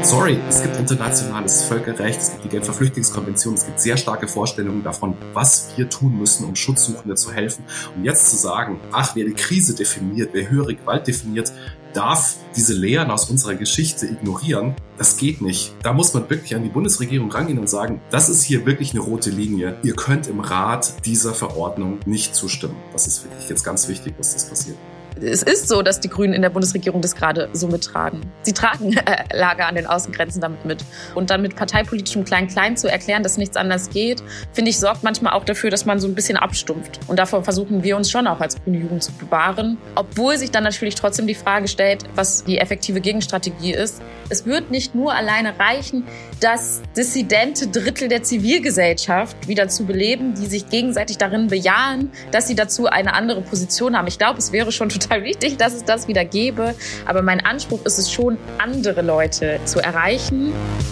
Sorry, es gibt internationales Völkerrecht, es gibt die Genfer Flüchtlingskonvention, es gibt sehr starke Vorstellungen davon, was wir tun müssen, um Schutzsuchenden zu helfen. Und jetzt zu sagen, wer die Krise definiert, wer höhere Gewalt definiert, darf diese Lehren aus unserer Geschichte ignorieren, das geht nicht. Da muss man wirklich an die Bundesregierung rangehen und sagen, das ist hier wirklich eine rote Linie. Ihr könnt im Rat dieser Verordnung nicht zustimmen. Das ist wirklich jetzt ganz wichtig, dass das passiert. Es ist so, dass die Grünen in der Bundesregierung das gerade so mittragen. Sie tragen Lager an den Außengrenzen damit mit. Und dann mit parteipolitischem Klein-Klein zu erklären, dass nichts anders geht, finde ich, sorgt manchmal auch dafür, dass man so ein bisschen abstumpft. Und davor versuchen wir uns schon auch als grüne Jugend zu bewahren. Obwohl sich dann natürlich trotzdem die Frage stellt, was die effektive Gegenstrategie ist. Es wird nicht nur alleine reichen, das dissidente Drittel der Zivilgesellschaft wieder zu beleben, die sich gegenseitig darin bejahen, dass sie dazu eine andere Position haben. Ich glaube, es wäre schon total wichtig, dass es das wieder gäbe. Aber mein Anspruch ist es schon, andere Leute zu erreichen.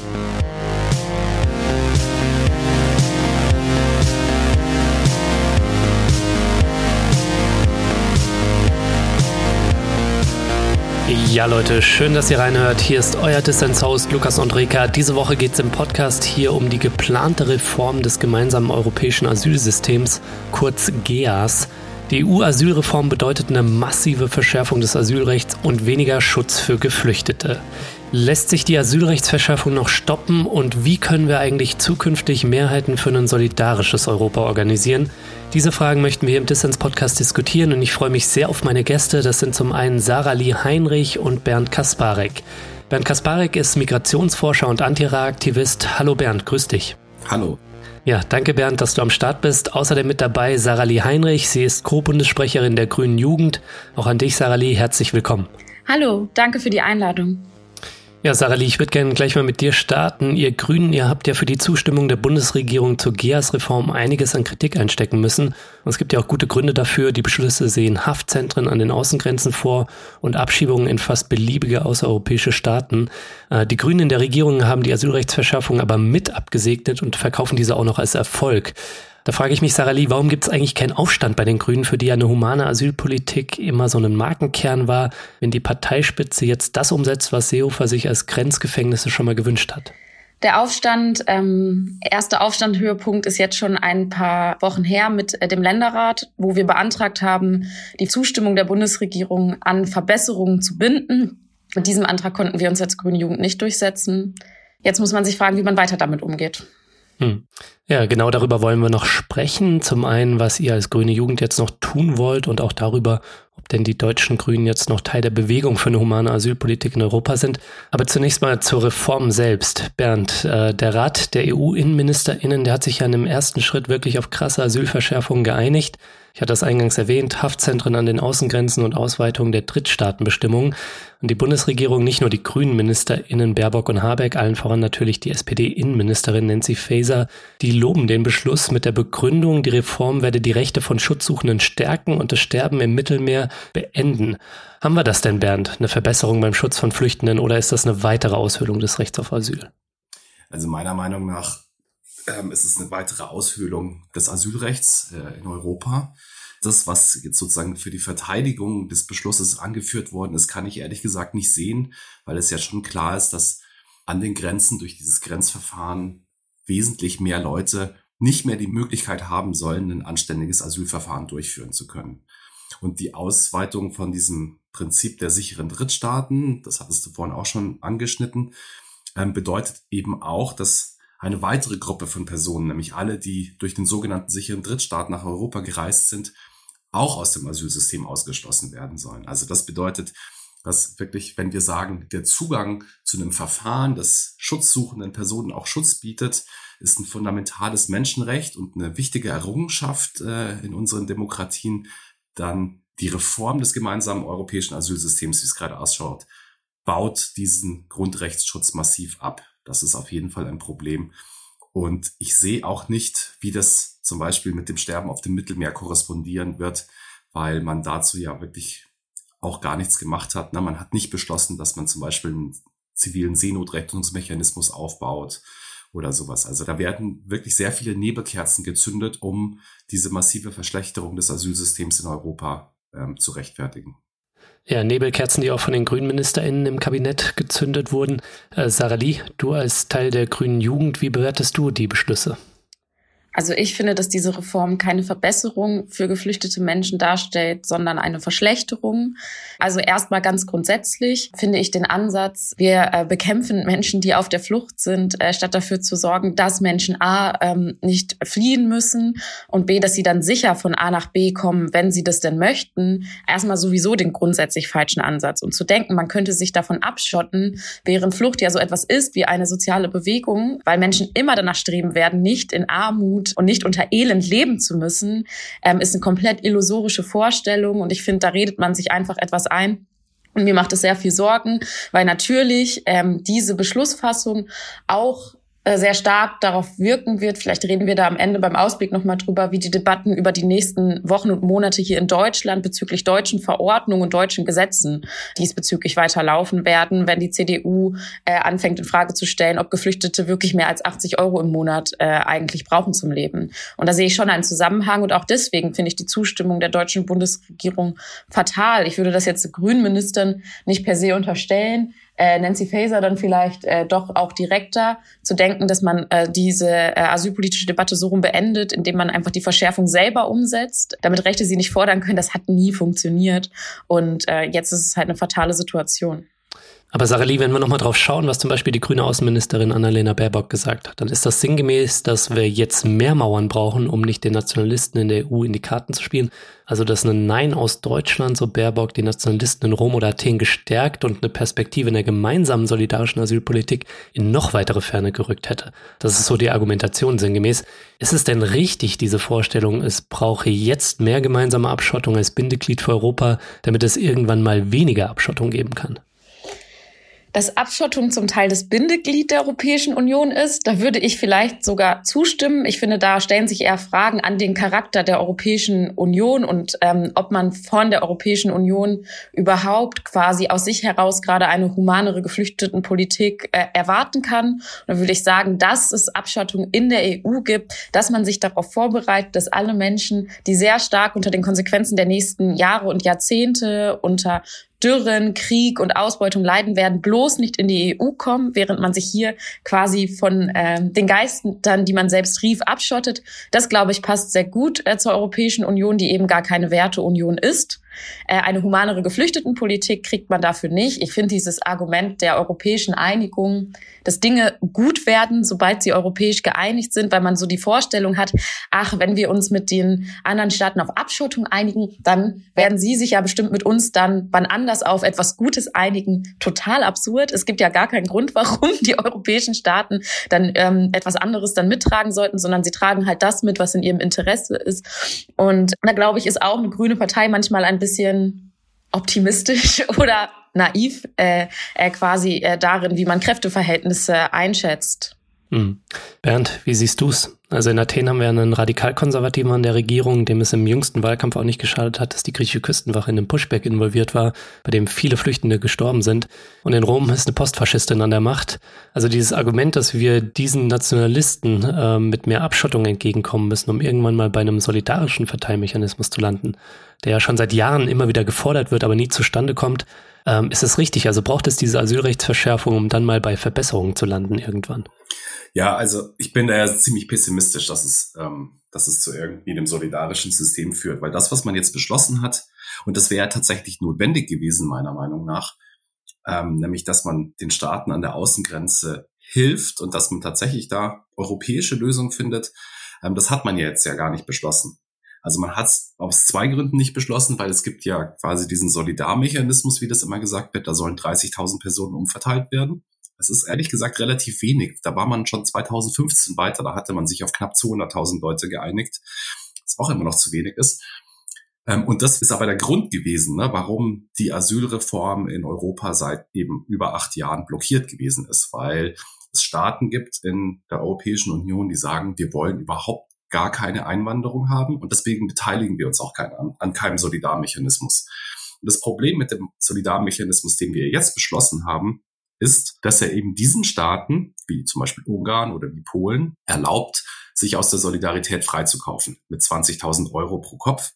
Ja Leute, schön, dass ihr reinhört. Hier ist euer Dissens-Host Lukas Andreka. Diese Woche geht es im Podcast hier um die geplante Reform des gemeinsamen europäischen Asylsystems, kurz GEAS. Die EU-Asylreform bedeutet eine massive Verschärfung des Asylrechts und weniger Schutz für Geflüchtete. Lässt sich die Asylrechtsverschärfung noch stoppen und wie können wir eigentlich zukünftig Mehrheiten für ein solidarisches Europa organisieren? Diese Fragen möchten wir im Dissens-Podcast diskutieren und ich freue mich sehr auf meine Gäste. Das sind zum einen Sarah-Lie Heinrich und Bernd Kasparek. Bernd Kasparek ist Migrationsforscher und Antirassismus-Aktivist. Hallo Bernd, grüß dich. Hallo. Ja, danke Bernd, dass du am Start bist. Außerdem mit dabei Sarah-Lie Heinrich. Sie ist Co-Bundessprecherin der Grünen Jugend. Auch an dich, Sarah-Lie, herzlich willkommen. Hallo, danke für die Einladung. Ja, Sarah-Lie, ich würde gerne gleich mal mit dir starten. Ihr Grünen, ihr habt ja für die Zustimmung der Bundesregierung zur GEAS-Reform einiges an Kritik einstecken müssen. Und es gibt ja auch gute Gründe dafür. Die Beschlüsse sehen Haftzentren an den Außengrenzen vor und Abschiebungen in fast beliebige außereuropäische Staaten. Die Grünen in der Regierung haben die Asylrechtsverschärfung aber mit abgesegnet und verkaufen diese auch noch als Erfolg. Da frage ich mich, Sarah-Lie, warum gibt es eigentlich keinen Aufstand bei den Grünen, für die ja eine humane Asylpolitik immer so ein Markenkern war, wenn die Parteispitze jetzt das umsetzt, was Seehofer sich als Grenzgefängnisse schon mal gewünscht hat? Der Aufstand, erster Aufstandhöhepunkt ist jetzt schon ein paar Wochen her mit dem Länderrat, wo wir beantragt haben, die Zustimmung der Bundesregierung an Verbesserungen zu binden. Mit diesem Antrag konnten wir uns als Grüne Jugend nicht durchsetzen. Jetzt muss man sich fragen, wie man weiter damit umgeht. Ja, genau darüber wollen wir noch sprechen. Zum einen, was ihr als Grüne Jugend jetzt noch tun wollt und auch darüber, ob denn die deutschen Grünen jetzt noch Teil der Bewegung für eine humane Asylpolitik in Europa sind. Aber zunächst mal zur Reform selbst. Bernd, der Rat der EU-InnenministerInnen, der hat sich ja in einem ersten Schritt wirklich auf krasse Asylverschärfungen geeinigt. Ich hatte das eingangs erwähnt, Haftzentren an den Außengrenzen und Ausweitung der Drittstaatenbestimmungen. Und die Bundesregierung, nicht nur die grünen MinisterInnen Baerbock und Habeck, allen voran natürlich die SPD-Innenministerin Nancy Faeser, die loben den Beschluss mit der Begründung, die Reform werde die Rechte von Schutzsuchenden stärken und das Sterben im Mittelmeer beenden. Haben wir das denn, Bernd? Eine Verbesserung beim Schutz von Flüchtenden oder ist das eine weitere Aushöhlung des Rechts auf Asyl? Also meiner Meinung nach ist es eine weitere Aushöhlung des Asylrechts in Europa. Das, was jetzt sozusagen für die Verteidigung des Beschlusses angeführt worden ist, kann ich ehrlich gesagt nicht sehen, weil es ja schon klar ist, dass an den Grenzen durch dieses Grenzverfahren wesentlich mehr Leute nicht mehr die Möglichkeit haben sollen, ein anständiges Asylverfahren durchführen zu können. Und die Ausweitung von diesem Prinzip der sicheren Drittstaaten, das hattest du vorhin auch schon angeschnitten, bedeutet eben auch, dass eine weitere Gruppe von Personen, nämlich alle, die durch den sogenannten sicheren Drittstaat nach Europa gereist sind, auch aus dem Asylsystem ausgeschlossen werden sollen. Also das bedeutet, dass wirklich, wenn wir sagen, der Zugang zu einem Verfahren, das schutzsuchenden Personen auch Schutz bietet, ist ein fundamentales Menschenrecht und eine wichtige Errungenschaft in unseren Demokratien, dann die Reform des gemeinsamen europäischen Asylsystems, wie es gerade ausschaut, baut diesen Grundrechtsschutz massiv ab. Das ist auf jeden Fall ein Problem. Und ich sehe auch nicht, wie das zum Beispiel mit dem Sterben auf dem Mittelmeer korrespondieren wird, weil man dazu ja wirklich auch gar nichts gemacht hat. Man hat nicht beschlossen, dass man zum Beispiel einen zivilen Seenotrettungsmechanismus aufbaut oder sowas. Also da werden wirklich sehr viele Nebelkerzen gezündet, um diese massive Verschlechterung des Asylsystems in Europa zu rechtfertigen. Ja, Nebelkerzen, die auch von den grünen MinisterInnen im Kabinett gezündet wurden. Sarah Lee, du als Teil der grünen Jugend, wie bewertest du die Beschlüsse? Also ich finde, dass diese Reform keine Verbesserung für geflüchtete Menschen darstellt, sondern eine Verschlechterung. Also erstmal ganz grundsätzlich finde ich den Ansatz, wir bekämpfen Menschen, die auf der Flucht sind, statt dafür zu sorgen, dass Menschen A, nicht fliehen müssen und B, dass sie dann sicher von A nach B kommen, wenn sie das denn möchten. Erstmal sowieso den grundsätzlich falschen Ansatz. Und zu denken, man könnte sich davon abschotten, während Flucht ja so etwas ist wie eine soziale Bewegung, weil Menschen immer danach streben werden, nicht in Armut und nicht unter Elend leben zu müssen, ist eine komplett illusorische Vorstellung. Und ich finde, da redet man sich einfach etwas ein. Und mir macht es sehr viel Sorgen, weil natürlich diese Beschlussfassung auch sehr stark darauf wirken wird. Vielleicht reden wir da am Ende beim Ausblick nochmal drüber, wie die Debatten über die nächsten Wochen und Monate hier in Deutschland bezüglich deutschen Verordnungen und deutschen Gesetzen diesbezüglich weiterlaufen werden, wenn die CDU anfängt in Frage zu stellen, ob Geflüchtete wirklich mehr als 80 € im Monat eigentlich brauchen zum Leben. Und da sehe ich schon einen Zusammenhang und auch deswegen finde ich die Zustimmung der deutschen Bundesregierung fatal. Ich würde das jetzt grünen Ministern nicht per se unterstellen, Nancy Faeser dann vielleicht doch auch direkter zu denken, dass man diese asylpolitische Debatte so rum beendet, indem man einfach die Verschärfung selber umsetzt, damit Rechte sie nicht fordern können. Das hat nie funktioniert und jetzt ist es halt eine fatale Situation. Aber Sarah Lee, wenn wir nochmal drauf schauen, was zum Beispiel die grüne Außenministerin Annalena Baerbock gesagt hat, dann ist das sinngemäß, dass wir jetzt mehr Mauern brauchen, um nicht den Nationalisten in der EU in die Karten zu spielen. Also dass ein Nein aus Deutschland, so Baerbock, die Nationalisten in Rom oder Athen gestärkt und eine Perspektive in der gemeinsamen solidarischen Asylpolitik in noch weitere Ferne gerückt hätte. Das ist so die Argumentation sinngemäß. Ist es denn richtig, diese Vorstellung, es brauche jetzt mehr gemeinsame Abschottung als Bindeglied für Europa, damit es irgendwann mal weniger Abschottung geben kann? Dass Abschottung zum Teil das Bindeglied der Europäischen Union ist, da würde ich vielleicht sogar zustimmen. Ich finde, da stellen sich eher Fragen an den Charakter der Europäischen Union und ob man von der Europäischen Union überhaupt quasi aus sich heraus gerade eine humanere Geflüchtetenpolitik erwarten kann. Und da würde ich sagen, dass es Abschottung in der EU gibt, dass man sich darauf vorbereitet, dass alle Menschen, die sehr stark unter den Konsequenzen der nächsten Jahre und Jahrzehnte unter Dürren, Krieg und Ausbeutung leiden werden, bloß nicht in die EU kommen, während man sich hier quasi von den Geistern, die man selbst rief, abschottet. Das, glaube ich, passt sehr gut zur Europäischen Union, die eben gar keine Werteunion ist. Eine humanere Geflüchtetenpolitik kriegt man dafür nicht. Ich finde dieses Argument der europäischen Einigung, dass Dinge gut werden, sobald sie europäisch geeinigt sind, weil man so die Vorstellung hat, ach, wenn wir uns mit den anderen Staaten auf Abschottung einigen, dann werden sie sich ja bestimmt mit uns dann wann anders auf etwas Gutes einigen. Total absurd. Es gibt ja gar keinen Grund, warum die europäischen Staaten dann etwas anderes dann mittragen sollten, sondern sie tragen halt das mit, was in ihrem Interesse ist. Und da, glaube ich, ist auch eine grüne Partei manchmal ein bisschen optimistisch oder naiv quasi darin, wie man Kräfteverhältnisse einschätzt. Bernd, wie siehst du's? Also in Athen haben wir einen Radikalkonservativen an der Regierung, dem es im jüngsten Wahlkampf auch nicht geschadet hat, dass die griechische Küstenwache in einem Pushback involviert war, bei dem viele Flüchtende gestorben sind. Und in Rom ist eine Postfaschistin an der Macht. Also dieses Argument, dass wir diesen Nationalisten mit mehr Abschottung entgegenkommen müssen, um irgendwann mal bei einem solidarischen Verteilmechanismus zu landen, der ja schon seit Jahren immer wieder gefordert wird, aber nie zustande kommt, ist es richtig? Also braucht es diese Asylrechtsverschärfung, um dann mal bei Verbesserungen zu landen irgendwann? Ja, also ich bin da ja ziemlich pessimistisch, dass es zu irgendwie einem solidarischen System führt, weil das, was man jetzt beschlossen hat, und das wäre ja tatsächlich notwendig gewesen, meiner Meinung nach, nämlich, dass man den Staaten an der Außengrenze hilft und dass man tatsächlich da europäische Lösungen findet, das hat man ja jetzt ja gar nicht beschlossen. Also man hat es aus zwei Gründen nicht beschlossen, weil es gibt ja quasi diesen Solidarmechanismus, wie das immer gesagt wird, da sollen 30.000 Personen umverteilt werden. Das ist ehrlich gesagt relativ wenig. Da war man schon 2015 weiter, da hatte man sich auf knapp 200.000 Leute geeinigt, was auch immer noch zu wenig ist. Und das ist aber der Grund gewesen, ne, warum die Asylreform in Europa seit eben über 8 Jahren blockiert gewesen ist, weil es Staaten gibt in der Europäischen Union, die sagen, wir wollen überhaupt gar keine Einwanderung haben und deswegen beteiligen wir uns auch an keinem Solidarmechanismus. Und das Problem mit dem Solidarmechanismus, den wir jetzt beschlossen haben, ist, dass er eben diesen Staaten, wie zum Beispiel Ungarn oder wie Polen, erlaubt, sich aus der Solidarität freizukaufen mit 20.000 € pro Kopf.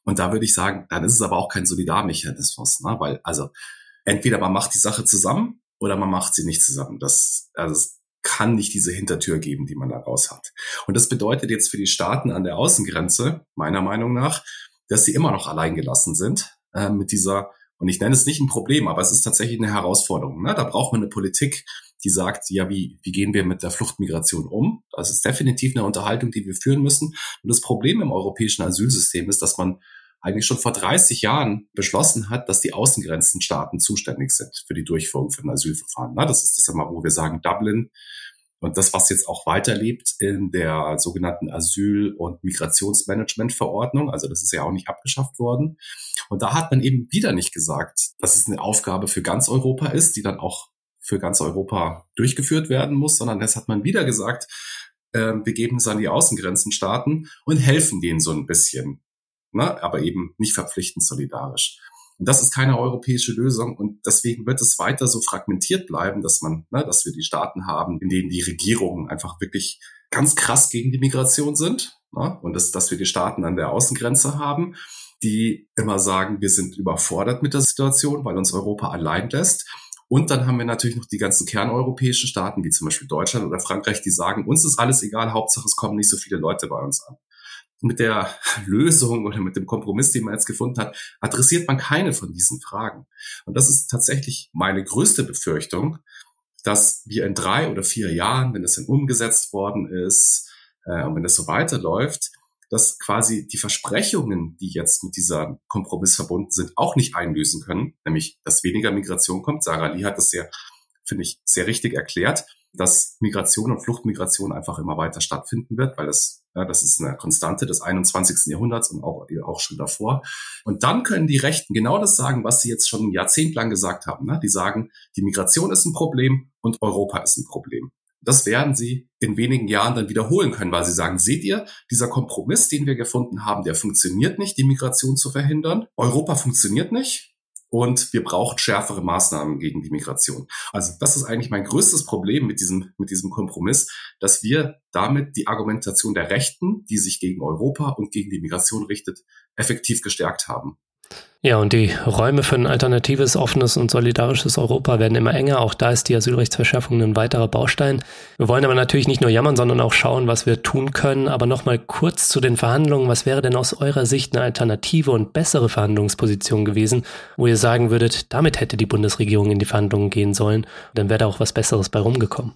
Und da würde ich sagen, dann ist es aber auch kein Solidarmechanismus, ne? Weil also entweder man macht die Sache zusammen oder man macht sie nicht zusammen. Es kann nicht diese Hintertür geben, die man daraus hat. Und das bedeutet jetzt für die Staaten an der Außengrenze, meiner Meinung nach, dass sie immer noch alleingelassen sind mit dieser, und ich nenne es nicht ein Problem, aber es ist tatsächlich eine Herausforderung. Ne? Da braucht man eine Politik, die sagt, ja, wie gehen wir mit der Fluchtmigration um? Das ist definitiv eine Unterhaltung, die wir führen müssen. Und das Problem im europäischen Asylsystem ist, dass man eigentlich schon vor 30 Jahren beschlossen hat, dass die Außengrenzenstaaten zuständig sind für die Durchführung von Asylverfahren. Das ist das immer, wo wir sagen Dublin. Und das, was jetzt auch weiterlebt in der sogenannten Asyl- und Migrationsmanagementverordnung, also das ist ja auch nicht abgeschafft worden. Und da hat man eben wieder nicht gesagt, dass es eine Aufgabe für ganz Europa ist, die dann auch für ganz Europa durchgeführt werden muss, sondern das hat man wieder gesagt, wir geben es an die Außengrenzenstaaten und helfen denen so ein bisschen, ne? Aber eben nicht verpflichtend solidarisch. Und das ist keine europäische Lösung und deswegen wird es weiter so fragmentiert bleiben, dass wir die Staaten haben, in denen die Regierungen einfach wirklich ganz krass gegen die Migration sind, ne? Und dass wir die Staaten an der Außengrenze haben, die immer sagen, wir sind überfordert mit der Situation, weil uns Europa allein lässt. Und dann haben wir natürlich noch die ganzen kerneuropäischen Staaten, wie zum Beispiel Deutschland oder Frankreich, die sagen, uns ist alles egal, Hauptsache es kommen nicht so viele Leute bei uns an. Mit der Lösung oder mit dem Kompromiss, den man jetzt gefunden hat, adressiert man keine von diesen Fragen. Und das ist tatsächlich meine größte Befürchtung, dass wir in 3 oder 4 Jahren, wenn das dann umgesetzt worden ist und wenn das so weiterläuft, dass quasi die Versprechungen, die jetzt mit dieser Kompromiss verbunden sind, auch nicht einlösen können, nämlich, dass weniger Migration kommt. Sarah Lee hat das finde ich, sehr richtig erklärt, dass Migration und Fluchtmigration einfach immer weiter stattfinden wird, weil das ist eine Konstante des 21. Jahrhunderts und auch schon davor. Und dann können die Rechten genau das sagen, was sie jetzt schon ein Jahrzehnt lang gesagt haben. Ne? Die sagen, die Migration ist ein Problem und Europa ist ein Problem. Das werden sie in wenigen Jahren dann wiederholen können, weil sie sagen, seht ihr, dieser Kompromiss, den wir gefunden haben, der funktioniert nicht, die Migration zu verhindern. Europa funktioniert nicht. Und wir brauchen schärfere Maßnahmen gegen die Migration. Also das ist eigentlich mein größtes Problem mit diesem Kompromiss, dass wir damit die Argumentation der Rechten, die sich gegen Europa und gegen die Migration richtet, effektiv gestärkt haben. Ja, und die Räume für ein alternatives, offenes und solidarisches Europa werden immer enger. Auch da ist die Asylrechtsverschärfung ein weiterer Baustein. Wir wollen aber natürlich nicht nur jammern, sondern auch schauen, was wir tun können. Aber nochmal kurz zu den Verhandlungen. Was wäre denn aus eurer Sicht eine alternative und bessere Verhandlungsposition gewesen, wo ihr sagen würdet, damit hätte die Bundesregierung in die Verhandlungen gehen sollen? Dann wäre da auch was Besseres bei rumgekommen.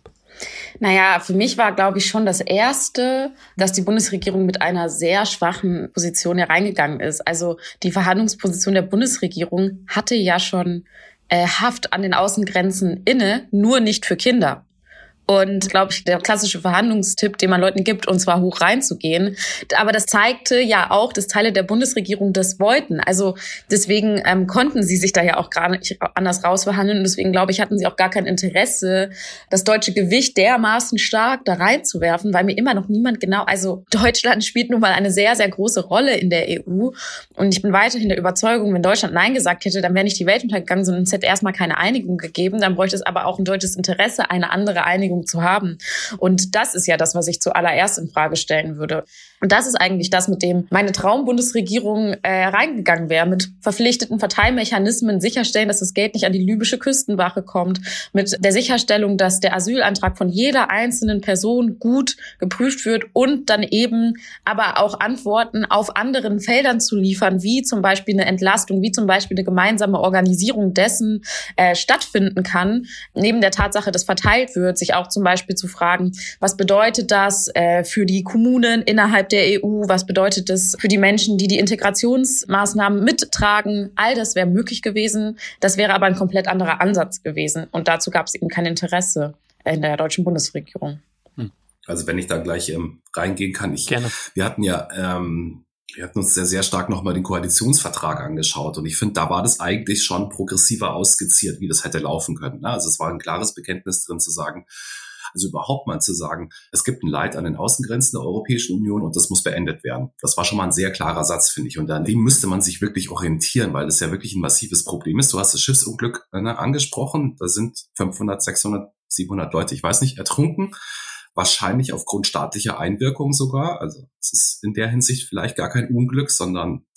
Naja, für mich war, glaube ich, schon das Erste, dass die Bundesregierung mit einer sehr schwachen Position hereingegangen ist. Also die Verhandlungsposition der Bundesregierung hatte ja schon Haft an den Außengrenzen inne, nur nicht für Kinder. Und, glaube ich, der klassische Verhandlungstipp, den man Leuten gibt, und zwar hoch reinzugehen. Aber das zeigte ja auch, dass Teile der Bundesregierung das wollten. Also deswegen konnten sie sich da ja auch gar nicht anders rausverhandeln. Und deswegen, glaube ich, hatten sie auch gar kein Interesse, das deutsche Gewicht dermaßen stark da reinzuwerfen, weil mir immer noch niemand also Deutschland spielt nun mal eine sehr, sehr große Rolle in der EU. Und ich bin weiterhin der Überzeugung, wenn Deutschland Nein gesagt hätte, dann wäre nicht die Welt untergegangen, sondern es hätte erstmal keine Einigung gegeben. Dann bräuchte es aber auch ein deutsches Interesse, eine andere Einigung zu haben. Und das ist ja das, was ich zuallererst in Frage stellen würde. Und das ist eigentlich das, mit dem meine Traumbundesregierung reingegangen wäre, mit verpflichteten Verteilmechanismen, sicherstellen, dass das Geld nicht an die libysche Küstenwache kommt, mit der Sicherstellung, dass der Asylantrag von jeder einzelnen Person gut geprüft wird und dann eben aber auch Antworten auf anderen Feldern zu liefern, wie zum Beispiel eine Entlastung, wie zum Beispiel eine gemeinsame Organisierung dessen stattfinden kann, neben der Tatsache, dass verteilt wird, sich auch zum Beispiel zu fragen, was bedeutet das für die Kommunen innerhalb der EU, was bedeutet das für die Menschen, die Integrationsmaßnahmen mittragen. All das wäre möglich gewesen. Das wäre aber ein komplett anderer Ansatz gewesen. Und dazu gab es eben kein Interesse in der deutschen Bundesregierung. Also wenn ich da gleich reingehen kann. Gerne. Wir hatten uns sehr, sehr stark nochmal den Koalitionsvertrag angeschaut und ich finde, da war das eigentlich schon progressiver ausskizziert, wie das hätte laufen können. Also es war ein klares Bekenntnis drin zu sagen, also überhaupt mal zu sagen, es gibt ein Leid an den Außengrenzen der Europäischen Union und das muss beendet werden. Das war schon mal ein sehr klarer Satz, finde ich. Und an dem müsste man sich wirklich orientieren, weil das ja wirklich ein massives Problem ist. Du hast das Schiffsunglück angesprochen. Da sind 500, 600, 700 Leute, ich weiß nicht, ertrunken. Wahrscheinlich aufgrund staatlicher Einwirkung sogar. Also es ist in der Hinsicht vielleicht gar kein Unglück, sondern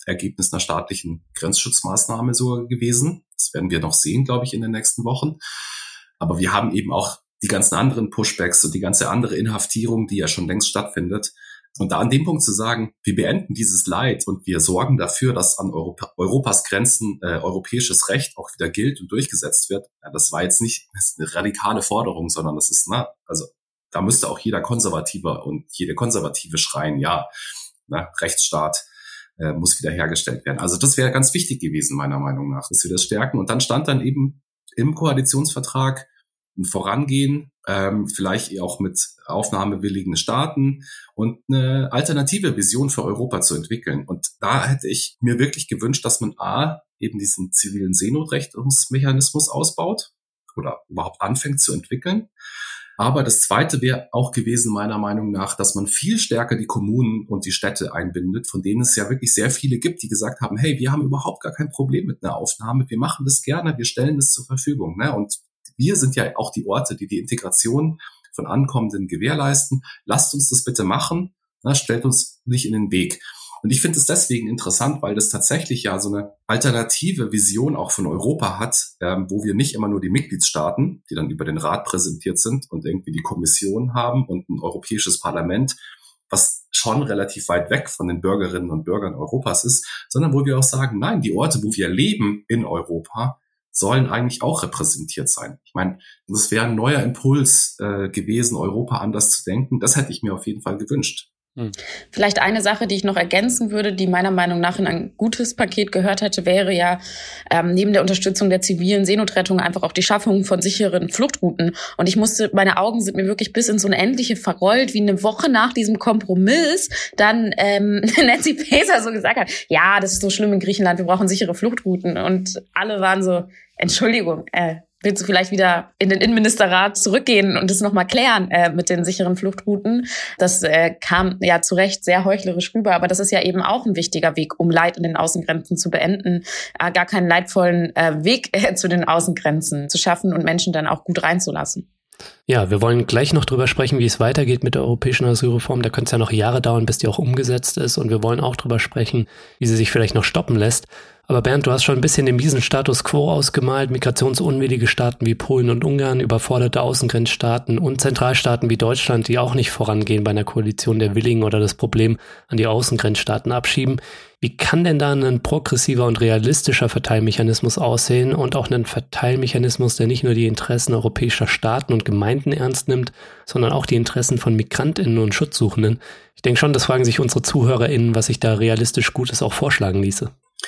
Ergebnis einer staatlichen Grenzschutzmaßnahme sogar gewesen. Das werden wir noch sehen, glaube ich, in den nächsten Wochen. Aber wir haben eben auch die ganzen anderen Pushbacks und die ganze andere Inhaftierung, die ja schon längst stattfindet. Und da an dem Punkt zu sagen, wir beenden dieses Leid und wir sorgen dafür, dass an Europas Grenzen europäisches Recht auch wieder gilt und durchgesetzt wird, ja, das war jetzt nicht eine radikale Forderung, sondern das ist, also da müsste auch jeder Konservative und jede Konservative schreien, ja, Rechtsstaat muss wiederhergestellt werden. Also das wäre ganz wichtig gewesen, meiner Meinung nach, dass wir das stärken. Und dann stand dann eben im Koalitionsvertrag ein Vorangehen, vielleicht auch mit aufnahmewilligen Staaten und eine alternative Vision für Europa zu entwickeln. Und da hätte ich mir wirklich gewünscht, dass man eben diesen zivilen Seenotrettungsmechanismus ausbaut oder überhaupt anfängt zu entwickeln. Aber das Zweite wäre auch gewesen, meiner Meinung nach, dass man viel stärker die Kommunen und die Städte einbindet, von denen es ja wirklich sehr viele gibt, die gesagt haben, hey, wir haben überhaupt gar kein Problem mit einer Aufnahme, wir machen das gerne, wir stellen das zur Verfügung. Ne? Und wir sind ja auch die Orte, die die Integration von Ankommenden gewährleisten. Lasst uns das bitte machen, stellt uns nicht in den Weg. Und ich finde es deswegen interessant, weil das tatsächlich ja so eine alternative Vision auch von Europa hat, wo wir nicht immer nur die Mitgliedstaaten, die dann über den Rat präsentiert sind und irgendwie die Kommission haben und ein europäisches Parlament, was schon relativ weit weg von den Bürgerinnen und Bürgern Europas ist, sondern wo wir auch sagen, nein, die Orte, wo wir leben in Europa, sollen eigentlich auch repräsentiert sein. Ich meine, das wäre ein neuer Impuls gewesen, Europa anders zu denken. Das hätte ich mir auf jeden Fall gewünscht. Vielleicht eine Sache, die ich noch ergänzen würde, die meiner Meinung nach in ein gutes Paket gehört hätte, wäre ja neben der Unterstützung der zivilen Seenotrettung einfach auch die Schaffung von sicheren Fluchtrouten. Und meine Augen sind mir wirklich bis ins Unendliche verrollt, wie eine Woche nach diesem Kompromiss dann Nancy Faeser so gesagt hat, ja, das ist so schlimm in Griechenland, wir brauchen sichere Fluchtrouten. Und alle waren so, Entschuldigung, willst du vielleicht wieder in den Innenministerrat zurückgehen und das nochmal klären mit den sicheren Fluchtrouten? Das kam ja zu Recht sehr heuchlerisch rüber, aber das ist ja eben auch ein wichtiger Weg, um Leid an den Außengrenzen zu beenden, gar keinen leidvollen Weg zu den Außengrenzen zu schaffen und Menschen dann auch gut reinzulassen. Ja, wir wollen gleich noch drüber sprechen, wie es weitergeht mit der europäischen Asylreform. Da könnte es ja noch Jahre dauern, bis die auch umgesetzt ist. Und wir wollen auch drüber sprechen, wie sie sich vielleicht noch stoppen lässt. Aber Bernd, du hast schon ein bisschen den miesen Status quo ausgemalt. Migrationsunwillige Staaten wie Polen und Ungarn, überforderte Außengrenzstaaten und Zentralstaaten wie Deutschland, die auch nicht vorangehen bei einer Koalition der Willigen oder das Problem an die Außengrenzstaaten abschieben. Wie kann denn da ein progressiver und realistischer Verteilmechanismus aussehen und auch ein Verteilmechanismus, der nicht nur die Interessen europäischer Staaten und Gemeinden ernst nimmt, sondern auch die Interessen von MigrantInnen und Schutzsuchenden? Ich denke schon, das fragen sich unsere ZuhörerInnen, was sich da realistisch Gutes auch vorschlagen ließe.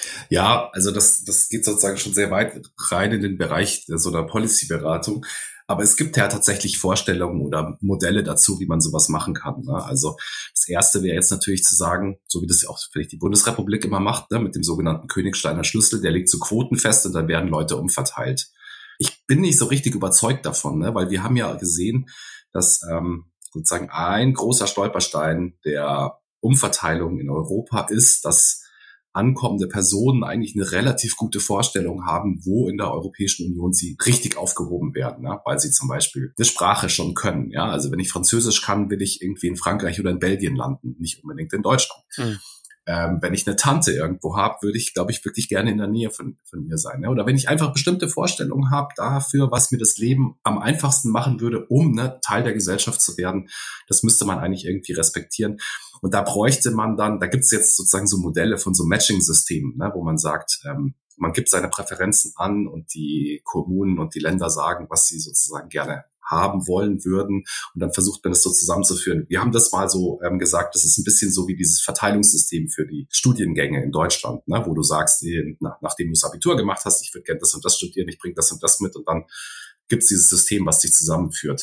Ja, also das geht sozusagen schon sehr weit rein in den Bereich so einer Policy-Beratung. Aber es gibt ja tatsächlich Vorstellungen oder Modelle dazu, wie man sowas machen kann. Ne? Also das Erste wäre jetzt natürlich zu sagen, so wie das ja auch vielleicht die Bundesrepublik immer macht, ne, mit dem sogenannten Königsteiner Schlüssel, der legt so Quoten fest und dann werden Leute umverteilt. Ich bin nicht so richtig überzeugt davon, ne, weil wir haben ja gesehen, dass sozusagen ein großer Stolperstein der Umverteilung in Europa ist, dass ankommende Personen eigentlich eine relativ gute Vorstellung haben, wo in der Europäischen Union sie richtig aufgehoben werden, ne? Weil sie zum Beispiel die Sprache schon können. Ja, also wenn ich Französisch kann, will ich irgendwie in Frankreich oder in Belgien landen, nicht unbedingt in Deutschland. Wenn ich eine Tante irgendwo habe, würde ich, glaube ich, wirklich gerne in der Nähe von ihr sein. Ne? Oder wenn ich einfach bestimmte Vorstellungen habe dafür, was mir das Leben am einfachsten machen würde, um Teil der Gesellschaft zu werden, das müsste man eigentlich irgendwie respektieren. Und da bräuchte man dann, da gibt es jetzt sozusagen so Modelle von so Matching-Systemen, ne, wo man sagt, man gibt seine Präferenzen an und die Kommunen und die Länder sagen, was sie sozusagen gerne haben wollen würden und dann versucht man das so zusammenzuführen. Wir haben das mal so gesagt, das ist ein bisschen so wie dieses Verteilungssystem für die Studiengänge in Deutschland, ne, wo du sagst, nachdem du das Abitur gemacht hast, ich würde gerne das und das studieren, ich bringe das und das mit und dann gibt es dieses System, was dich zusammenführt.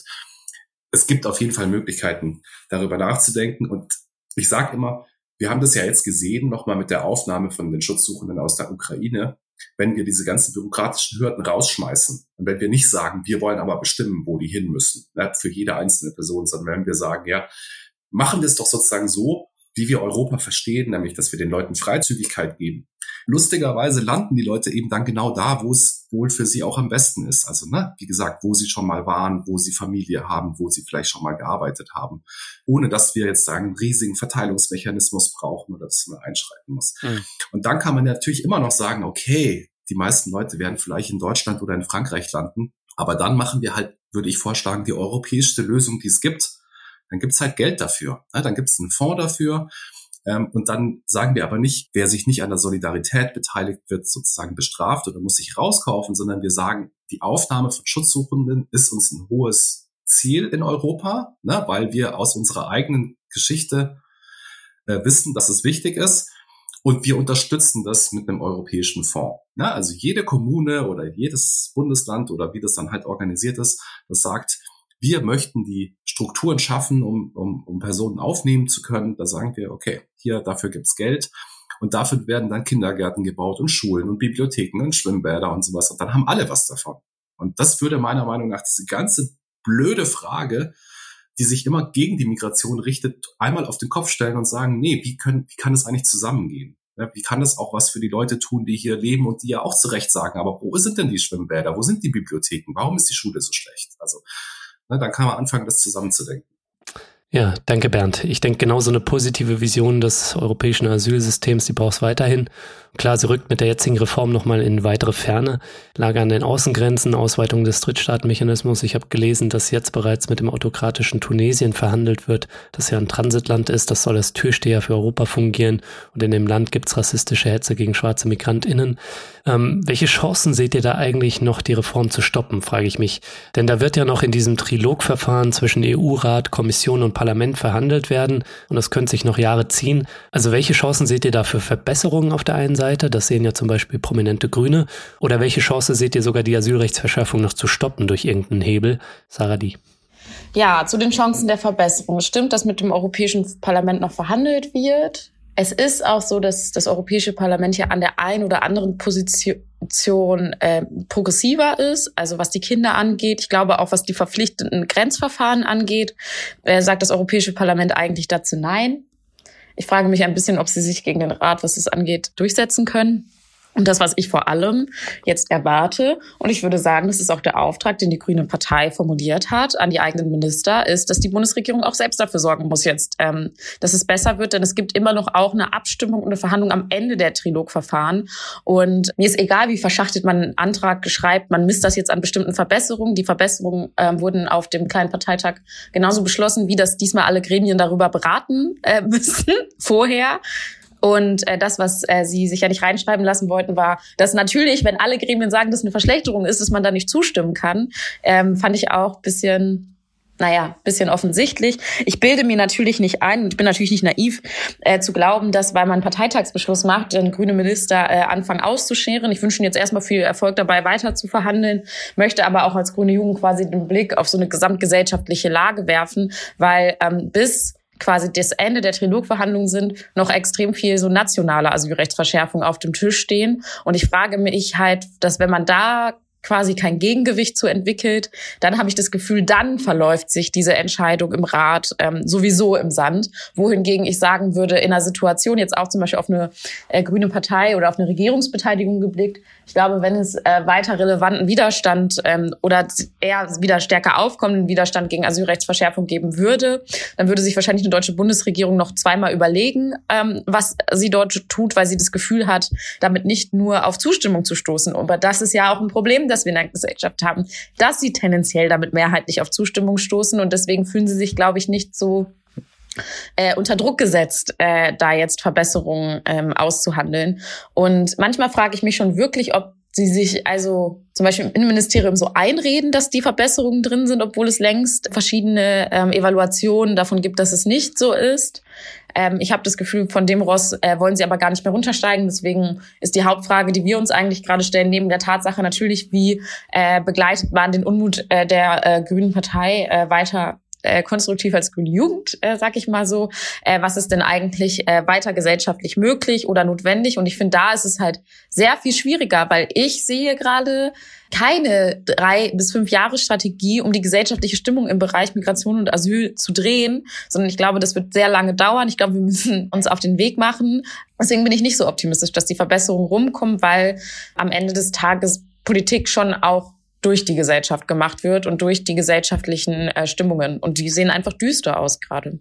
Es gibt auf jeden Fall Möglichkeiten, darüber nachzudenken und ich sage immer, wir haben das ja jetzt gesehen, nochmal mit der Aufnahme von den Schutzsuchenden aus der Ukraine, wenn wir diese ganzen bürokratischen Hürden rausschmeißen und wenn wir nicht sagen, wir wollen aber bestimmen, wo die hin müssen, ne, für jede einzelne Person, sondern wenn wir sagen, ja, machen wir es doch sozusagen so, wie wir Europa verstehen, nämlich, dass wir den Leuten Freizügigkeit geben lustigerweise landen die Leute eben dann genau da, wo es wohl für sie auch am besten ist. Also, wie gesagt, wo sie schon mal waren, wo sie Familie haben, wo sie vielleicht schon mal gearbeitet haben, ohne dass wir jetzt sagen, einen riesigen Verteilungsmechanismus brauchen oder dass man einschreiten muss. Und dann kann man natürlich immer noch sagen, okay, die meisten Leute werden vielleicht in Deutschland oder in Frankreich landen, aber dann machen wir halt, würde ich vorschlagen, die europäischste Lösung, die es gibt. Dann gibt's halt Geld dafür. Dann gibt's einen Fonds dafür. Und dann sagen wir aber nicht, wer sich nicht an der Solidarität beteiligt, wird sozusagen bestraft oder muss sich rauskaufen, sondern wir sagen, die Aufnahme von Schutzsuchenden ist uns ein hohes Ziel in Europa, weil wir aus unserer eigenen Geschichte wissen, dass es wichtig ist. Und wir unterstützen das mit einem europäischen Fonds. Also jede Kommune oder jedes Bundesland oder wie das dann halt organisiert ist, das sagt, wir möchten die Strukturen schaffen, um Personen aufnehmen zu können. Da sagen wir, okay, hier, dafür gibt's Geld. Und dafür werden dann Kindergärten gebaut und Schulen und Bibliotheken und Schwimmbäder und sowas. Und dann haben alle was davon. Und das würde meiner Meinung nach diese ganze blöde Frage, die sich immer gegen die Migration richtet, einmal auf den Kopf stellen und sagen, nee, wie kann es eigentlich zusammengehen? Wie kann das auch was für die Leute tun, die hier leben und die ja auch zu Recht sagen, aber wo sind denn die Schwimmbäder? Wo sind die Bibliotheken? Warum ist die Schule so schlecht? Also, dann kann man anfangen, das zusammenzudenken. Ja, danke Bernd. Ich denke, genau so eine positive Vision des europäischen Asylsystems, die braucht es weiterhin. Klar, sie rückt mit der jetzigen Reform nochmal in weitere Ferne. Lage an den Außengrenzen, Ausweitung des Drittstaatenmechanismus. Ich habe gelesen, dass jetzt bereits mit dem autokratischen Tunesien verhandelt wird, das ja ein Transitland ist. Das soll als Türsteher für Europa fungieren. Und in dem Land gibt's rassistische Hetze gegen schwarze MigrantInnen. Welche Chancen seht ihr da eigentlich noch, die Reform zu stoppen, frage ich mich. Denn da wird ja noch in diesem Trilogverfahren zwischen EU-Rat, Kommission und Parlament verhandelt werden. Und das könnte sich noch Jahre ziehen. Also welche Chancen seht ihr da für Verbesserungen auf der einen Seite? Das sehen ja zum Beispiel prominente Grüne. Oder welche Chance seht ihr sogar, die Asylrechtsverschärfung noch zu stoppen durch irgendeinen Hebel? Saradi. Ja, zu den Chancen der Verbesserung. Es stimmt, dass mit dem Europäischen Parlament noch verhandelt wird. Es ist auch so, dass das Europäische Parlament ja an der einen oder anderen Position progressiver ist, also was die Kinder angeht. Ich glaube auch, was die verpflichtenden Grenzverfahren angeht, sagt das Europäische Parlament eigentlich dazu nein. Ich frage mich ein bisschen, ob sie sich gegen den Rat, was es angeht, durchsetzen können. Und das, was ich vor allem jetzt erwarte, und ich würde sagen, das ist auch der Auftrag, den die Grüne Partei formuliert hat an die eigenen Minister, ist, dass die Bundesregierung auch selbst dafür sorgen muss jetzt, dass es besser wird. Denn es gibt immer noch auch eine Abstimmung und eine Verhandlung am Ende der Trilogverfahren. Und mir ist egal, wie verschachtelt man einen Antrag schreibt, man misst das jetzt an bestimmten Verbesserungen. Die Verbesserungen wurden auf dem kleinen Parteitag genauso beschlossen, wie das diesmal alle Gremien darüber beraten müssen vorher. Und das, was sie sich ja nicht reinschreiben lassen wollten, war, dass natürlich, wenn alle Gremien sagen, dass es eine Verschlechterung ist, dass man da nicht zustimmen kann, fand ich auch bisschen offensichtlich. Ich bilde mir natürlich nicht ein, und ich bin natürlich nicht naiv, zu glauben, dass, weil man einen Parteitagsbeschluss macht, dann grüne Minister anfangen auszuscheren. Ich wünsche Ihnen jetzt erstmal viel Erfolg dabei, weiter zu verhandeln, möchte aber auch als grüne Jugend quasi den Blick auf so eine gesamtgesellschaftliche Lage werfen, weil bis quasi das Ende der Trilogverhandlungen sind, noch extrem viel so nationale Asylrechtsverschärfungen auf dem Tisch stehen. Und ich frage mich halt, dass wenn man da quasi kein Gegengewicht zu entwickelt, dann habe ich das Gefühl, dann verläuft sich diese Entscheidung im Rat sowieso im Sand. Wohingegen ich sagen würde, in einer Situation jetzt auch zum Beispiel auf eine grüne Partei oder auf eine Regierungsbeteiligung geblickt, ich glaube, wenn es weiter relevanten Widerstand oder eher wieder stärker aufkommenden Widerstand gegen Asylrechtsverschärfung geben würde, dann würde sich wahrscheinlich eine deutsche Bundesregierung noch zweimal überlegen, was sie dort tut, weil sie das Gefühl hat, damit nicht nur auf Zustimmung zu stoßen. Aber das ist ja auch ein Problem, das wir in der Gesellschaft haben, dass sie tendenziell damit mehrheitlich auf Zustimmung stoßen. Und deswegen fühlen sie sich, glaube ich, nicht so unter Druck gesetzt, da jetzt Verbesserungen auszuhandeln. Und manchmal frage ich mich schon wirklich, ob sie sich also zum Beispiel im Innenministerium so einreden, dass die Verbesserungen drin sind, obwohl es längst verschiedene Evaluationen davon gibt, dass es nicht so ist. Ich habe das Gefühl, von dem Ross wollen sie aber gar nicht mehr runtersteigen. Deswegen ist die Hauptfrage, die wir uns eigentlich gerade stellen, neben der Tatsache natürlich, wie begleitet man den Unmut der Grünen Partei weiter konstruktiv als Grüne Jugend, sag ich mal so, was ist denn eigentlich weiter gesellschaftlich möglich oder notwendig? Und ich finde, da ist es halt sehr viel schwieriger, weil ich sehe gerade keine 3 bis 5 Jahre Strategie, um die gesellschaftliche Stimmung im Bereich Migration und Asyl zu drehen, sondern ich glaube, das wird sehr lange dauern. Ich glaube, wir müssen uns auf den Weg machen. Deswegen bin ich nicht so optimistisch, dass die Verbesserungen rumkommen, weil am Ende des Tages Politik schon auch durch die Gesellschaft gemacht wird und durch die gesellschaftlichen Stimmungen. Und die sehen einfach düster aus gerade.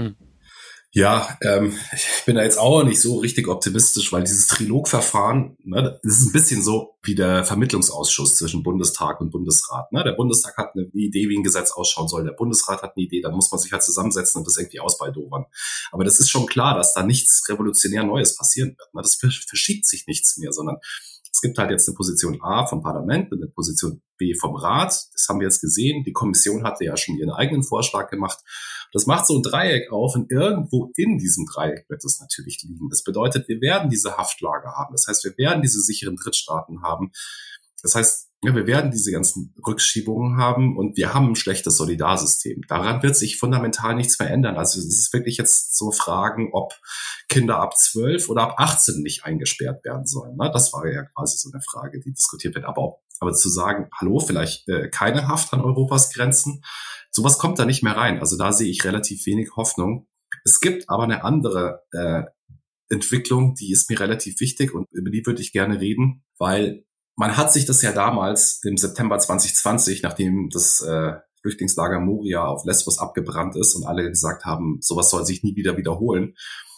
Ja, ich bin da jetzt auch nicht so richtig optimistisch, weil dieses Trilogverfahren, ne, das ist ein bisschen so wie der Vermittlungsausschuss zwischen Bundestag und Bundesrat. Ne? Der Bundestag hat eine Idee, wie ein Gesetz ausschauen soll. Der Bundesrat hat eine Idee, dann muss man sich halt zusammensetzen und das irgendwie ausbaldowern. Aber das ist schon klar, dass da nichts revolutionär Neues passieren wird. Ne? Das verschiebt sich nichts mehr, sondern es gibt halt jetzt eine Position A vom Parlament und eine Position B vom Rat. Das haben wir jetzt gesehen. Die Kommission hatte ja schon ihren eigenen Vorschlag gemacht. Das macht so ein Dreieck auf und irgendwo in diesem Dreieck wird es natürlich liegen. Das bedeutet, wir werden diese Haftlager haben. Das heißt, wir werden diese sicheren Drittstaaten haben. Das heißt, ja, wir werden diese ganzen Rückschiebungen haben und wir haben ein schlechtes Solidarsystem. Daran wird sich fundamental nichts mehr ändern. Also es ist wirklich jetzt so Fragen, ob Kinder ab 12 oder ab 18 nicht eingesperrt werden sollen. Das war ja quasi so eine Frage, die diskutiert wird. Aber zu sagen, hallo, vielleicht keine Haft an Europas Grenzen, sowas kommt da nicht mehr rein. Also da sehe ich relativ wenig Hoffnung. Es gibt aber eine andere Entwicklung, die ist mir relativ wichtig und über die würde ich gerne reden, weil man hat sich das ja damals im September 2020, nachdem das Flüchtlingslager Moria auf Lesbos abgebrannt ist und alle gesagt haben, sowas soll sich nie wieder wiederholen.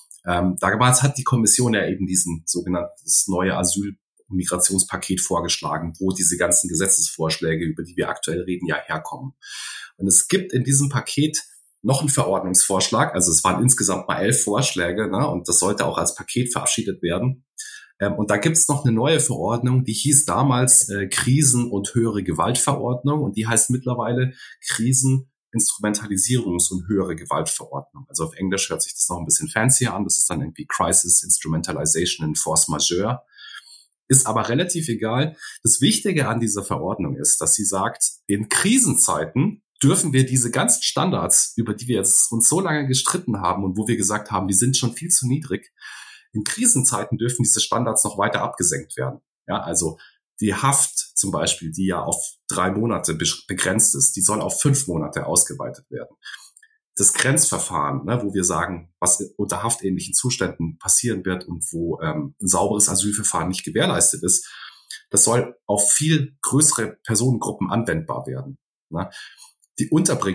Damals hat die Kommission ja eben diesen sogenanntes neue Asyl- und Migrationspaket vorgeschlagen, wo diese ganzen Gesetzesvorschläge, über die wir aktuell reden, ja herkommen. Und es gibt in diesem Paket noch einen Verordnungsvorschlag, also es waren insgesamt mal 11 Vorschläge, ne, und das sollte auch als Paket verabschiedet werden. Und da gibt's noch eine neue Verordnung, die hieß damals Krisen- und höhere Gewaltverordnung und die heißt mittlerweile Kriseninstrumentalisierungs- und höhere Gewaltverordnung. Also auf Englisch hört sich das noch ein bisschen fancier an, das ist dann irgendwie Crisis Instrumentalization and Force Majeure. Ist aber relativ egal. Das Wichtige an dieser Verordnung ist, dass sie sagt, in Krisenzeiten dürfen wir diese ganzen Standards, über die wir jetzt uns so lange gestritten haben und wo wir gesagt haben, die sind schon viel zu niedrig, in Krisenzeiten dürfen diese Standards noch weiter abgesenkt werden. Ja, also die Haft zum Beispiel, die ja auf 3 Monate begrenzt ist, die soll auf 5 Monate ausgeweitet werden. Das Grenzverfahren, ne, wo wir sagen, was unter haftähnlichen Zuständen passieren wird und wo ein sauberes Asylverfahren nicht gewährleistet ist, das soll auf viel größere Personengruppen anwendbar werden. Ne? Die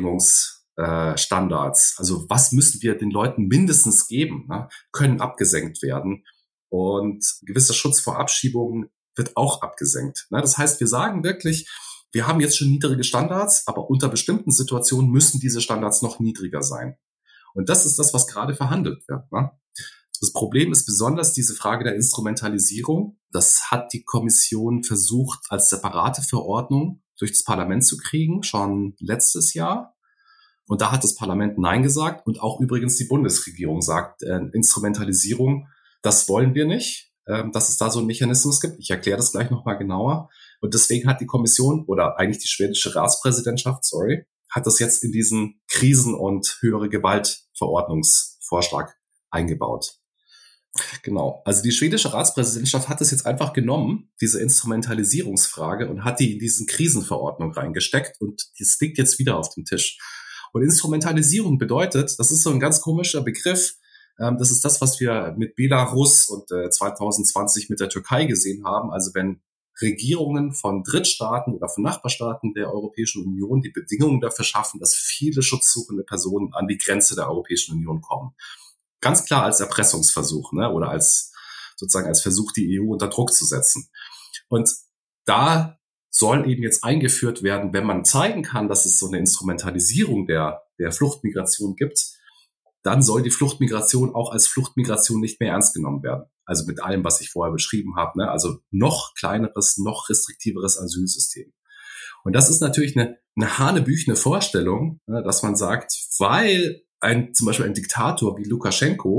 Unterbringungsstandards, also was müssen wir den Leuten mindestens geben, ne, können abgesenkt werden. Und gewisser Schutz vor Abschiebungen wird auch abgesenkt. Ne? Das heißt, wir sagen wirklich, wir haben jetzt schon niedrige Standards, aber unter bestimmten Situationen müssen diese Standards noch niedriger sein. Und das ist das, was gerade verhandelt wird. Ne? Das Problem ist besonders diese Frage der Instrumentalisierung. Das hat die Kommission versucht, als separate Verordnung durch das Parlament zu kriegen, schon letztes Jahr. Und da hat das Parlament Nein gesagt. Und auch übrigens die Bundesregierung sagt, Instrumentalisierung, das wollen wir nicht, dass es da so einen Mechanismus gibt. Ich erkläre das gleich nochmal genauer. Und deswegen hat die Kommission oder eigentlich die schwedische Ratspräsidentschaft, hat das jetzt in diesen Krisen- und höhere Gewaltverordnungsvorschlag eingebaut. Genau. Also die schwedische Ratspräsidentschaft hat es jetzt einfach genommen, diese Instrumentalisierungsfrage, und hat die in diesen Krisenverordnung reingesteckt und das liegt jetzt wieder auf dem Tisch. Und Instrumentalisierung bedeutet, das ist so ein ganz komischer Begriff, das ist das, was wir mit Belarus und 2020 mit der Türkei gesehen haben. Also wenn Regierungen von Drittstaaten oder von Nachbarstaaten der Europäischen Union die Bedingungen dafür schaffen, dass viele schutzsuchende Personen an die Grenze der Europäischen Union kommen. Ganz klar als Erpressungsversuch, ne, oder als sozusagen als Versuch, die EU unter Druck zu setzen. Und da soll eben jetzt eingeführt werden, wenn man zeigen kann, dass es so eine Instrumentalisierung der Fluchtmigration gibt, dann soll die Fluchtmigration auch als Fluchtmigration nicht mehr ernst genommen werden. Also mit allem, was ich vorher beschrieben habe, ne? Also noch kleineres, noch restriktiveres Asylsystem. Und das ist natürlich eine hanebüchene Vorstellung, ne, dass man sagt, weil zum Beispiel ein Diktator wie Lukaschenko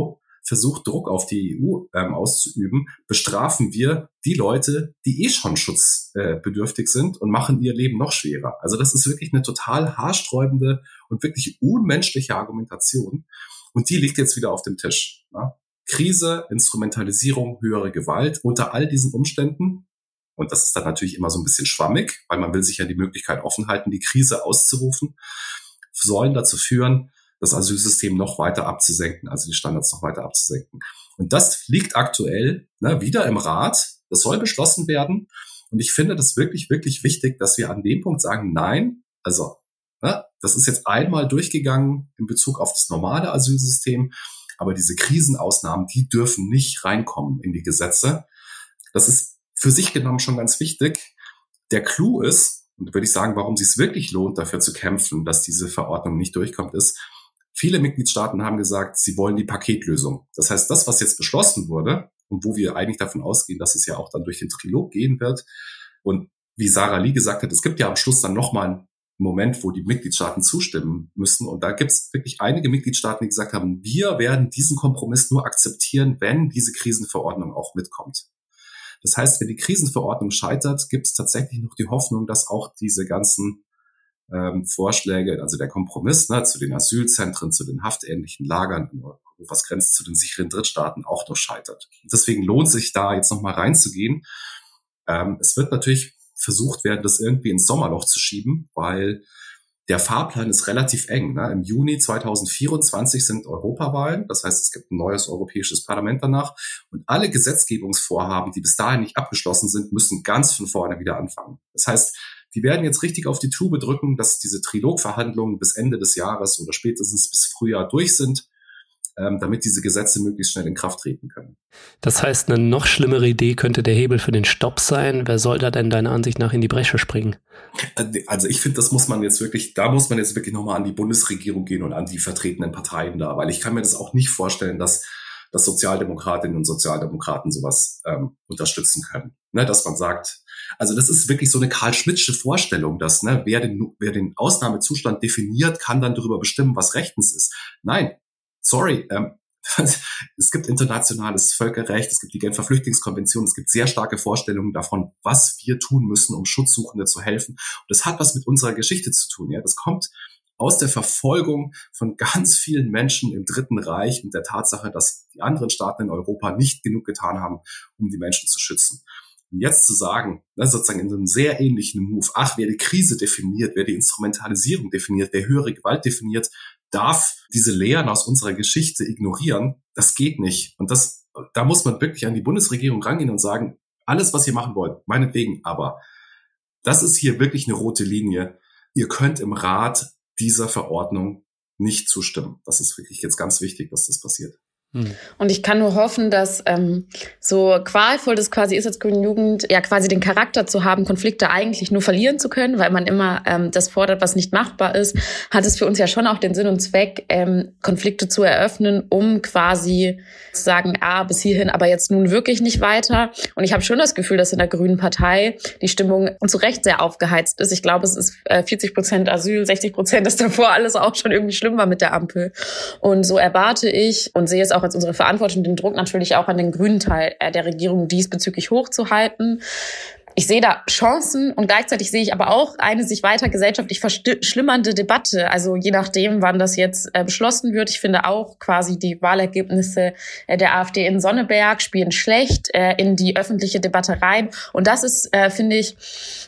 versucht, Druck auf die EU auszuüben, bestrafen wir die Leute, die schon schutzbedürftig sind und machen ihr Leben noch schwerer. Also das ist wirklich eine total haarsträubende und wirklich unmenschliche Argumentation. Und die liegt jetzt wieder auf dem Tisch. Ja? Krise, Instrumentalisierung, höhere Gewalt unter all diesen Umständen. Und das ist dann natürlich immer so ein bisschen schwammig, weil man will sich ja die Möglichkeit offen halten, die Krise auszurufen, sollen dazu führen, das Asylsystem noch weiter abzusenken, also die Standards noch weiter abzusenken. Und das liegt aktuell wieder im Rat. Das soll beschlossen werden. Und ich finde das wirklich, wirklich wichtig, dass wir an dem Punkt sagen, nein, also das ist jetzt einmal durchgegangen in Bezug auf das normale Asylsystem, aber diese Krisenausnahmen, die dürfen nicht reinkommen in die Gesetze. Das ist für sich genommen schon ganz wichtig. Der Clou ist, und würde ich sagen, warum es sich wirklich lohnt, dafür zu kämpfen, dass diese Verordnung nicht durchkommt, ist, viele Mitgliedstaaten haben gesagt, sie wollen die Paketlösung. Das heißt, das, was jetzt beschlossen wurde und wo wir eigentlich davon ausgehen, dass es ja auch dann durch den Trilog gehen wird. Und wie Sarah Lee gesagt hat, es gibt ja am Schluss dann nochmal einen Moment, wo die Mitgliedstaaten zustimmen müssen. Und da gibt es wirklich einige Mitgliedstaaten, die gesagt haben, wir werden diesen Kompromiss nur akzeptieren, wenn diese Krisenverordnung auch mitkommt. Das heißt, wenn die Krisenverordnung scheitert, gibt es tatsächlich noch die Hoffnung, dass auch diese ganzen Vorschläge, also der Kompromiss zu den Asylzentren, zu den haftähnlichen Lagern, was grenzt zu den sicheren Drittstaaten, auch noch scheitert. Deswegen lohnt sich da jetzt nochmal reinzugehen. Es wird natürlich versucht werden, das irgendwie ins Sommerloch zu schieben, weil der Fahrplan ist relativ eng. Im Juni 2024 sind Europawahlen. Das heißt, es gibt ein neues Europäisches Parlament danach. Und alle Gesetzgebungsvorhaben, die bis dahin nicht abgeschlossen sind, müssen ganz von vorne wieder anfangen. Das heißt, die werden jetzt richtig auf die Tube drücken, dass diese Trilogverhandlungen bis Ende des Jahres oder spätestens bis Frühjahr durch sind, damit diese Gesetze möglichst schnell in Kraft treten können. Das heißt, eine noch schlimmere Idee könnte der Hebel für den Stopp sein. Wer soll da denn deiner Ansicht nach in die Bresche springen? Also ich finde, da muss man jetzt wirklich nochmal an die Bundesregierung gehen und an die vertretenen Parteien da, weil ich kann mir das auch nicht vorstellen, dass Sozialdemokratinnen und Sozialdemokraten sowas unterstützen können. Dass man sagt, also das ist wirklich so eine Karl-Schmittsche Vorstellung, dass wer den Ausnahmezustand definiert, kann dann darüber bestimmen, was rechtens ist. Nein, sorry, es gibt internationales Völkerrecht, es gibt die Genfer Flüchtlingskonvention, es gibt sehr starke Vorstellungen davon, was wir tun müssen, um Schutzsuchende zu helfen. Und das hat was mit unserer Geschichte zu tun. Ja, das kommt aus der Verfolgung von ganz vielen Menschen im Dritten Reich und der Tatsache, dass die anderen Staaten in Europa nicht genug getan haben, um die Menschen zu schützen. Und jetzt zu sagen, sozusagen in so einem sehr ähnlichen Move, wer die Krise definiert, wer die Instrumentalisierung definiert, wer höhere Gewalt definiert, darf diese Lehren aus unserer Geschichte ignorieren, das geht nicht. Und da muss man wirklich an die Bundesregierung rangehen und sagen, alles, was ihr machen wollt, meinetwegen, aber das ist hier wirklich eine rote Linie. Ihr könnt im Rat dieser Verordnung nicht zustimmen. Das ist wirklich jetzt ganz wichtig, dass das passiert. Und ich kann nur hoffen, dass so qualvoll das quasi ist als Grüne Jugend, ja quasi den Charakter zu haben, Konflikte eigentlich nur verlieren zu können, weil man immer das fordert, was nicht machbar ist, hat es für uns ja schon auch den Sinn und Zweck, Konflikte zu eröffnen, um quasi zu sagen, bis hierhin, aber jetzt nun wirklich nicht weiter. Und ich habe schon das Gefühl, dass in der Grünen Partei die Stimmung zu Recht sehr aufgeheizt ist. Ich glaube, es ist 40% Asyl, 60%, dass davor alles auch schon irgendwie schlimm war mit der Ampel. Und so erwarte ich und sehe es auch als unsere Verantwortung, den Druck natürlich auch an den grünen Teil der Regierung diesbezüglich hochzuhalten. Ich sehe da Chancen und gleichzeitig sehe ich aber auch eine sich weiter gesellschaftlich verschlimmernde Debatte. Also je nachdem, wann das jetzt beschlossen wird. Ich finde auch quasi die Wahlergebnisse der AfD in Sonneberg spielen schlecht in die öffentliche Debatte rein. Und das ist, finde ich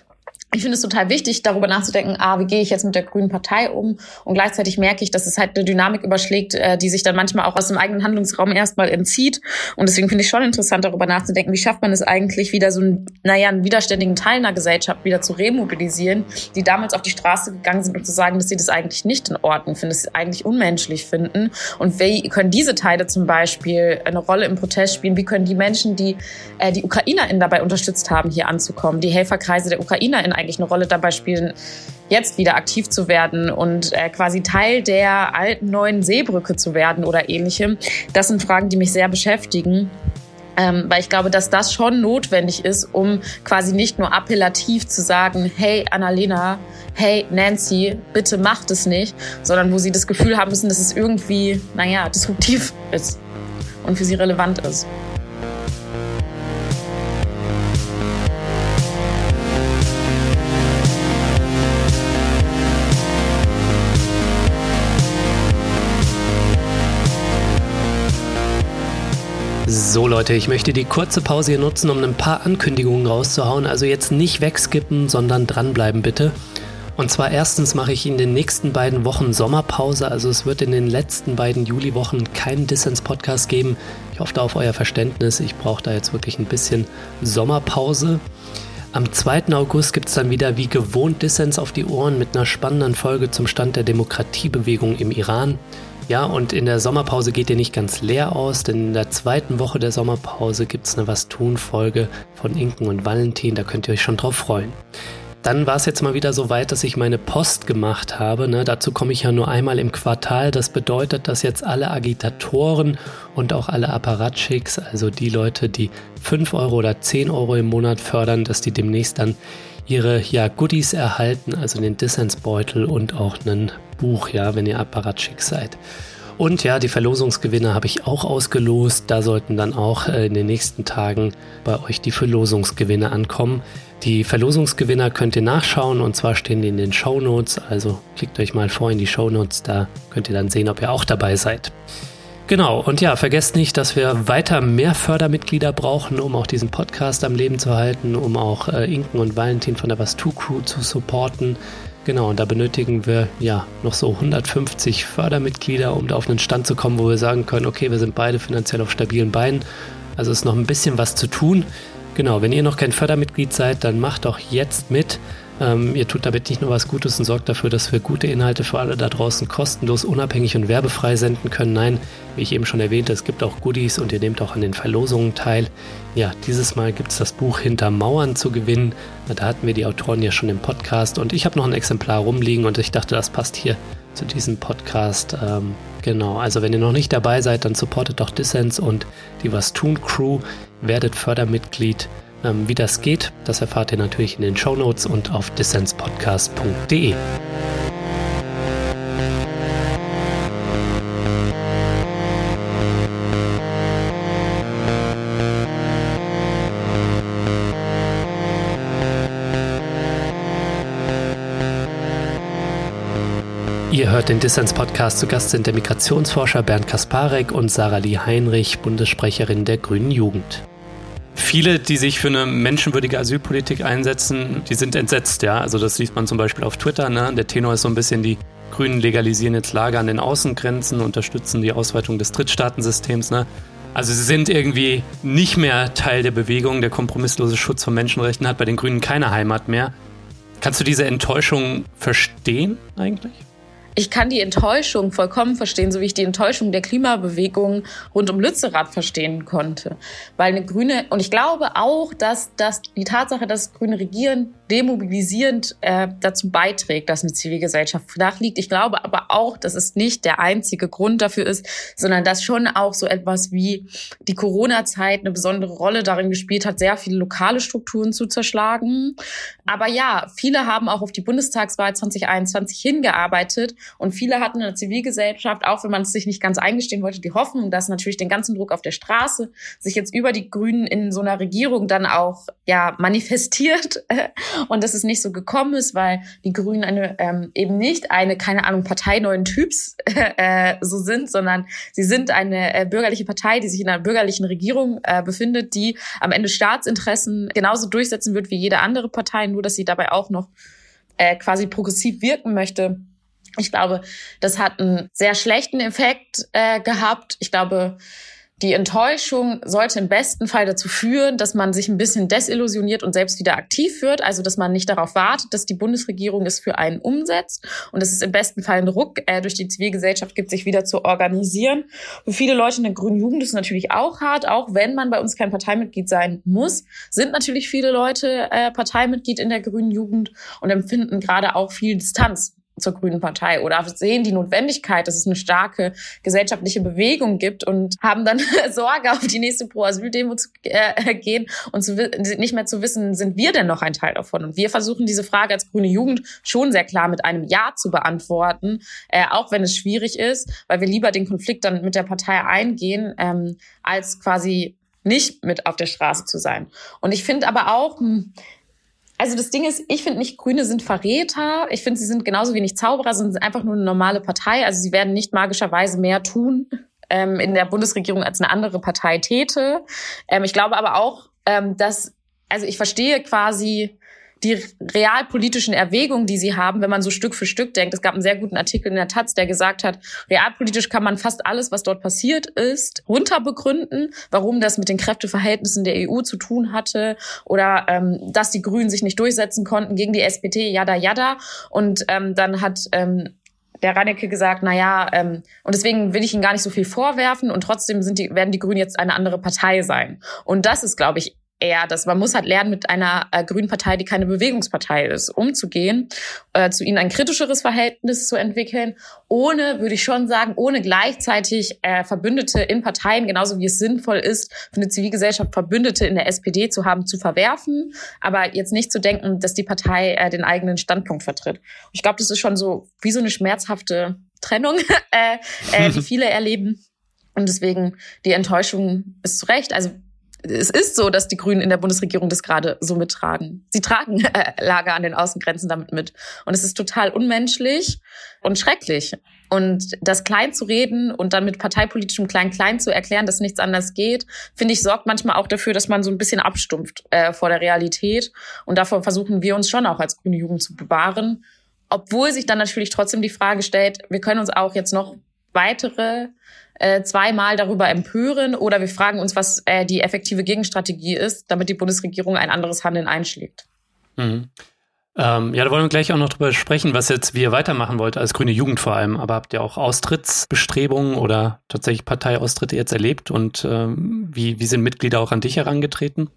es total wichtig, darüber nachzudenken, wie gehe ich jetzt mit der Grünen Partei um? Und gleichzeitig merke ich, dass es halt eine Dynamik überschlägt, die sich dann manchmal auch aus dem eigenen Handlungsraum erstmal entzieht. Und deswegen finde ich schon interessant, darüber nachzudenken, wie schafft man es eigentlich, wieder so einen widerständigen Teil einer Gesellschaft wieder zu remobilisieren, die damals auf die Straße gegangen sind, um zu sagen, dass sie das eigentlich nicht in Ordnung finden, dass sie es eigentlich unmenschlich finden. Und wie können diese Teile zum Beispiel eine Rolle im Protest spielen? Wie können die Menschen, die die UkrainerInnen dabei unterstützt haben, hier anzukommen, die Helferkreise der UkrainerInnen eigentlich eine Rolle dabei spielen, jetzt wieder aktiv zu werden und quasi Teil der alten neuen Seebrücke zu werden oder ähnlichem. Das sind Fragen, die mich sehr beschäftigen. Weil ich glaube, dass das schon notwendig ist, um quasi nicht nur appellativ zu sagen, hey Annalena, hey Nancy, bitte macht es nicht, sondern wo sie das Gefühl haben müssen, dass es irgendwie, disruptiv ist. und für sie relevant ist. So Leute, ich möchte die kurze Pause hier nutzen, um ein paar Ankündigungen rauszuhauen. Also jetzt nicht wegskippen, sondern dranbleiben bitte. Und zwar erstens mache ich in den nächsten beiden Wochen Sommerpause. Also es wird in den letzten beiden Juliwochen keinen Dissens-Podcast geben. Ich hoffe da auf euer Verständnis. Ich brauche da jetzt wirklich ein bisschen Sommerpause. Am 2. August gibt es dann wieder wie gewohnt Dissens auf die Ohren mit einer spannenden Folge zum Stand der Demokratiebewegung im Iran. Ja, und in der Sommerpause geht ihr nicht ganz leer aus, denn in der zweiten Woche der Sommerpause gibt es eine Was-Tun-Folge von Inken und Valentin, da könnt ihr euch schon drauf freuen. Dann war es jetzt mal wieder so weit, dass ich meine Post gemacht habe. Dazu komme ich ja nur einmal im Quartal. Das bedeutet, dass jetzt alle Agitatoren und auch alle Apparatchiks, also die Leute, die 5 Euro oder 10 Euro im Monat fördern, dass die demnächst dann ihre Goodies erhalten, also den Dissensbeutel und auch ein Buch, wenn ihr Apparatschik seid. Und die Verlosungsgewinne habe ich auch ausgelost. Da sollten dann auch in den nächsten Tagen bei euch die Verlosungsgewinne ankommen. Die Verlosungsgewinner könnt ihr nachschauen und zwar stehen die in den Shownotes. Also klickt euch mal vor in die Shownotes, da könnt ihr dann sehen, ob ihr auch dabei seid. Genau, und vergesst nicht, dass wir weiter mehr Fördermitglieder brauchen, um auch diesen Podcast am Leben zu halten, um auch Inken und Valentin von der Was-Tu-Crew zu supporten. Genau, und da benötigen wir noch so 150 Fördermitglieder, um da auf einen Stand zu kommen, wo wir sagen können, okay, wir sind beide finanziell auf stabilen Beinen. Also ist noch ein bisschen was zu tun. Genau, wenn ihr noch kein Fördermitglied seid, dann macht doch jetzt mit. Ihr tut damit nicht nur was Gutes und sorgt dafür, dass wir gute Inhalte für alle da draußen kostenlos, unabhängig und werbefrei senden können. Nein, wie ich eben schon erwähnte, es gibt auch Goodies und ihr nehmt auch an den Verlosungen teil. Ja, dieses Mal gibt es das Buch Hinter Mauern zu gewinnen. Da hatten wir die Autoren ja schon im Podcast und ich habe noch ein Exemplar rumliegen und ich dachte, das passt hier zu diesem Podcast. Genau, also wenn ihr noch nicht dabei seid, dann supportet doch Dissens und die Was-Tun-Crew, werdet Fördermitglied. Wie das geht, das erfahrt ihr natürlich in den Shownotes und auf dissenspodcast.de. Ihr hört den Dissens-Podcast. Zu Gast sind der Migrationsforscher Bernd Kasparek und Sarah-Lie Heinrich, Bundessprecherin der Grünen Jugend. Viele, die sich für eine menschenwürdige Asylpolitik einsetzen, die sind entsetzt, Also das liest man zum Beispiel auf Twitter, Der Tenor ist so ein bisschen, die Grünen legalisieren jetzt Lager an den Außengrenzen, unterstützen die Ausweitung des Drittstaatensystems, Also sie sind irgendwie nicht mehr Teil der Bewegung. Der kompromisslose Schutz von Menschenrechten hat bei den Grünen keine Heimat mehr. Kannst du diese Enttäuschung verstehen eigentlich? Ich kann die Enttäuschung vollkommen verstehen, so wie ich die Enttäuschung der Klimabewegung rund um Lützerath verstehen konnte. Weil eine Grüne, und ich glaube auch, dass die Tatsache, dass Grüne regieren, demobilisierend dazu beiträgt, dass eine Zivilgesellschaft flach liegt. Ich glaube aber auch, dass es nicht der einzige Grund dafür ist, sondern dass schon auch so etwas wie die Corona-Zeit eine besondere Rolle darin gespielt hat, sehr viele lokale Strukturen zu zerschlagen. Aber viele haben auch auf die Bundestagswahl 2021 hingearbeitet und viele hatten in der Zivilgesellschaft, auch wenn man es sich nicht ganz eingestehen wollte, die Hoffnung, dass natürlich den ganzen Druck auf der Straße sich jetzt über die Grünen in so einer Regierung dann auch manifestiert und dass es nicht so gekommen ist, weil die Grünen eben nicht eine, keine Ahnung, Partei neuen Typs so sind, sondern sie sind eine bürgerliche Partei, die sich in einer bürgerlichen Regierung befindet, die am Ende Staatsinteressen genauso durchsetzen wird wie jede andere Partei, nur dass sie dabei auch noch quasi progressiv wirken möchte. Ich glaube, das hat einen sehr schlechten Effekt gehabt. Ich glaube, die Enttäuschung sollte im besten Fall dazu führen, dass man sich ein bisschen desillusioniert und selbst wieder aktiv wird. Also, dass man nicht darauf wartet, dass die Bundesregierung es für einen umsetzt und dass es im besten Fall einen Ruck durch die Zivilgesellschaft gibt, sich wieder zu organisieren. Für viele Leute in der Grünen Jugend ist es natürlich auch hart, auch wenn man bei uns kein Parteimitglied sein muss, sind natürlich viele Leute Parteimitglied in der Grünen Jugend und empfinden gerade auch viel Distanz zur Grünen Partei oder sehen die Notwendigkeit, dass es eine starke gesellschaftliche Bewegung gibt und haben dann Sorge, auf die nächste Pro-Asyl-Demo zu gehen und nicht mehr zu wissen, sind wir denn noch ein Teil davon? Und wir versuchen diese Frage als Grüne Jugend schon sehr klar mit einem Ja zu beantworten, auch wenn es schwierig ist, weil wir lieber den Konflikt dann mit der Partei eingehen, als quasi nicht mit auf der Straße zu sein. Und ich finde aber auch, also das Ding ist, ich finde nicht, Grüne sind Verräter. Ich finde, sie sind genauso wenig Zauberer, sind einfach nur eine normale Partei. Also sie werden nicht magischerweise mehr tun in der Bundesregierung als eine andere Partei täte. Ich glaube aber auch, also ich verstehe quasi die realpolitischen Erwägungen, die sie haben, wenn man so Stück für Stück denkt. Es gab einen sehr guten Artikel in der Taz, der gesagt hat, realpolitisch kann man fast alles, was dort passiert ist, runterbegründen, warum das mit den Kräfteverhältnissen der EU zu tun hatte oder dass die Grünen sich nicht durchsetzen konnten gegen die SPD, yada, yada. Und dann hat der Reinecke gesagt, und deswegen will ich ihnen gar nicht so viel vorwerfen und trotzdem werden die Grünen jetzt eine andere Partei sein. Und das ist, glaube ich, eher, dass man muss halt lernen, mit einer grünen Partei, die keine Bewegungspartei ist, umzugehen, zu ihnen ein kritischeres Verhältnis zu entwickeln, würde ich schon sagen, ohne gleichzeitig Verbündete in Parteien, genauso wie es sinnvoll ist, für eine Zivilgesellschaft Verbündete in der SPD zu haben, zu verwerfen, aber jetzt nicht zu denken, dass die Partei den eigenen Standpunkt vertritt. Ich glaube, das ist schon so wie so eine schmerzhafte Trennung, die viele erleben. Und deswegen die Enttäuschung ist zu Recht. Also es ist so, dass die Grünen in der Bundesregierung das gerade so mittragen. Sie tragen Lager an den Außengrenzen damit mit. Und es ist total unmenschlich und schrecklich. Und das klein zu reden und dann mit parteipolitischem Klein-Klein zu erklären, dass nichts anders geht, finde ich, sorgt manchmal auch dafür, dass man so ein bisschen abstumpft vor der Realität. Und davor versuchen wir uns schon auch als Grüne Jugend zu bewahren. Obwohl sich dann natürlich trotzdem die Frage stellt, wir können uns auch jetzt noch weitere zweimal darüber empören oder wir fragen uns, was die effektive Gegenstrategie ist, damit die Bundesregierung ein anderes Handeln einschlägt. Mhm. Da wollen wir gleich auch noch drüber sprechen, was jetzt wir weitermachen wollt, als Grüne Jugend vor allem. Aber habt ihr auch Austrittsbestrebungen oder tatsächlich Parteiaustritte jetzt erlebt und wie sind Mitglieder auch an dich herangetreten?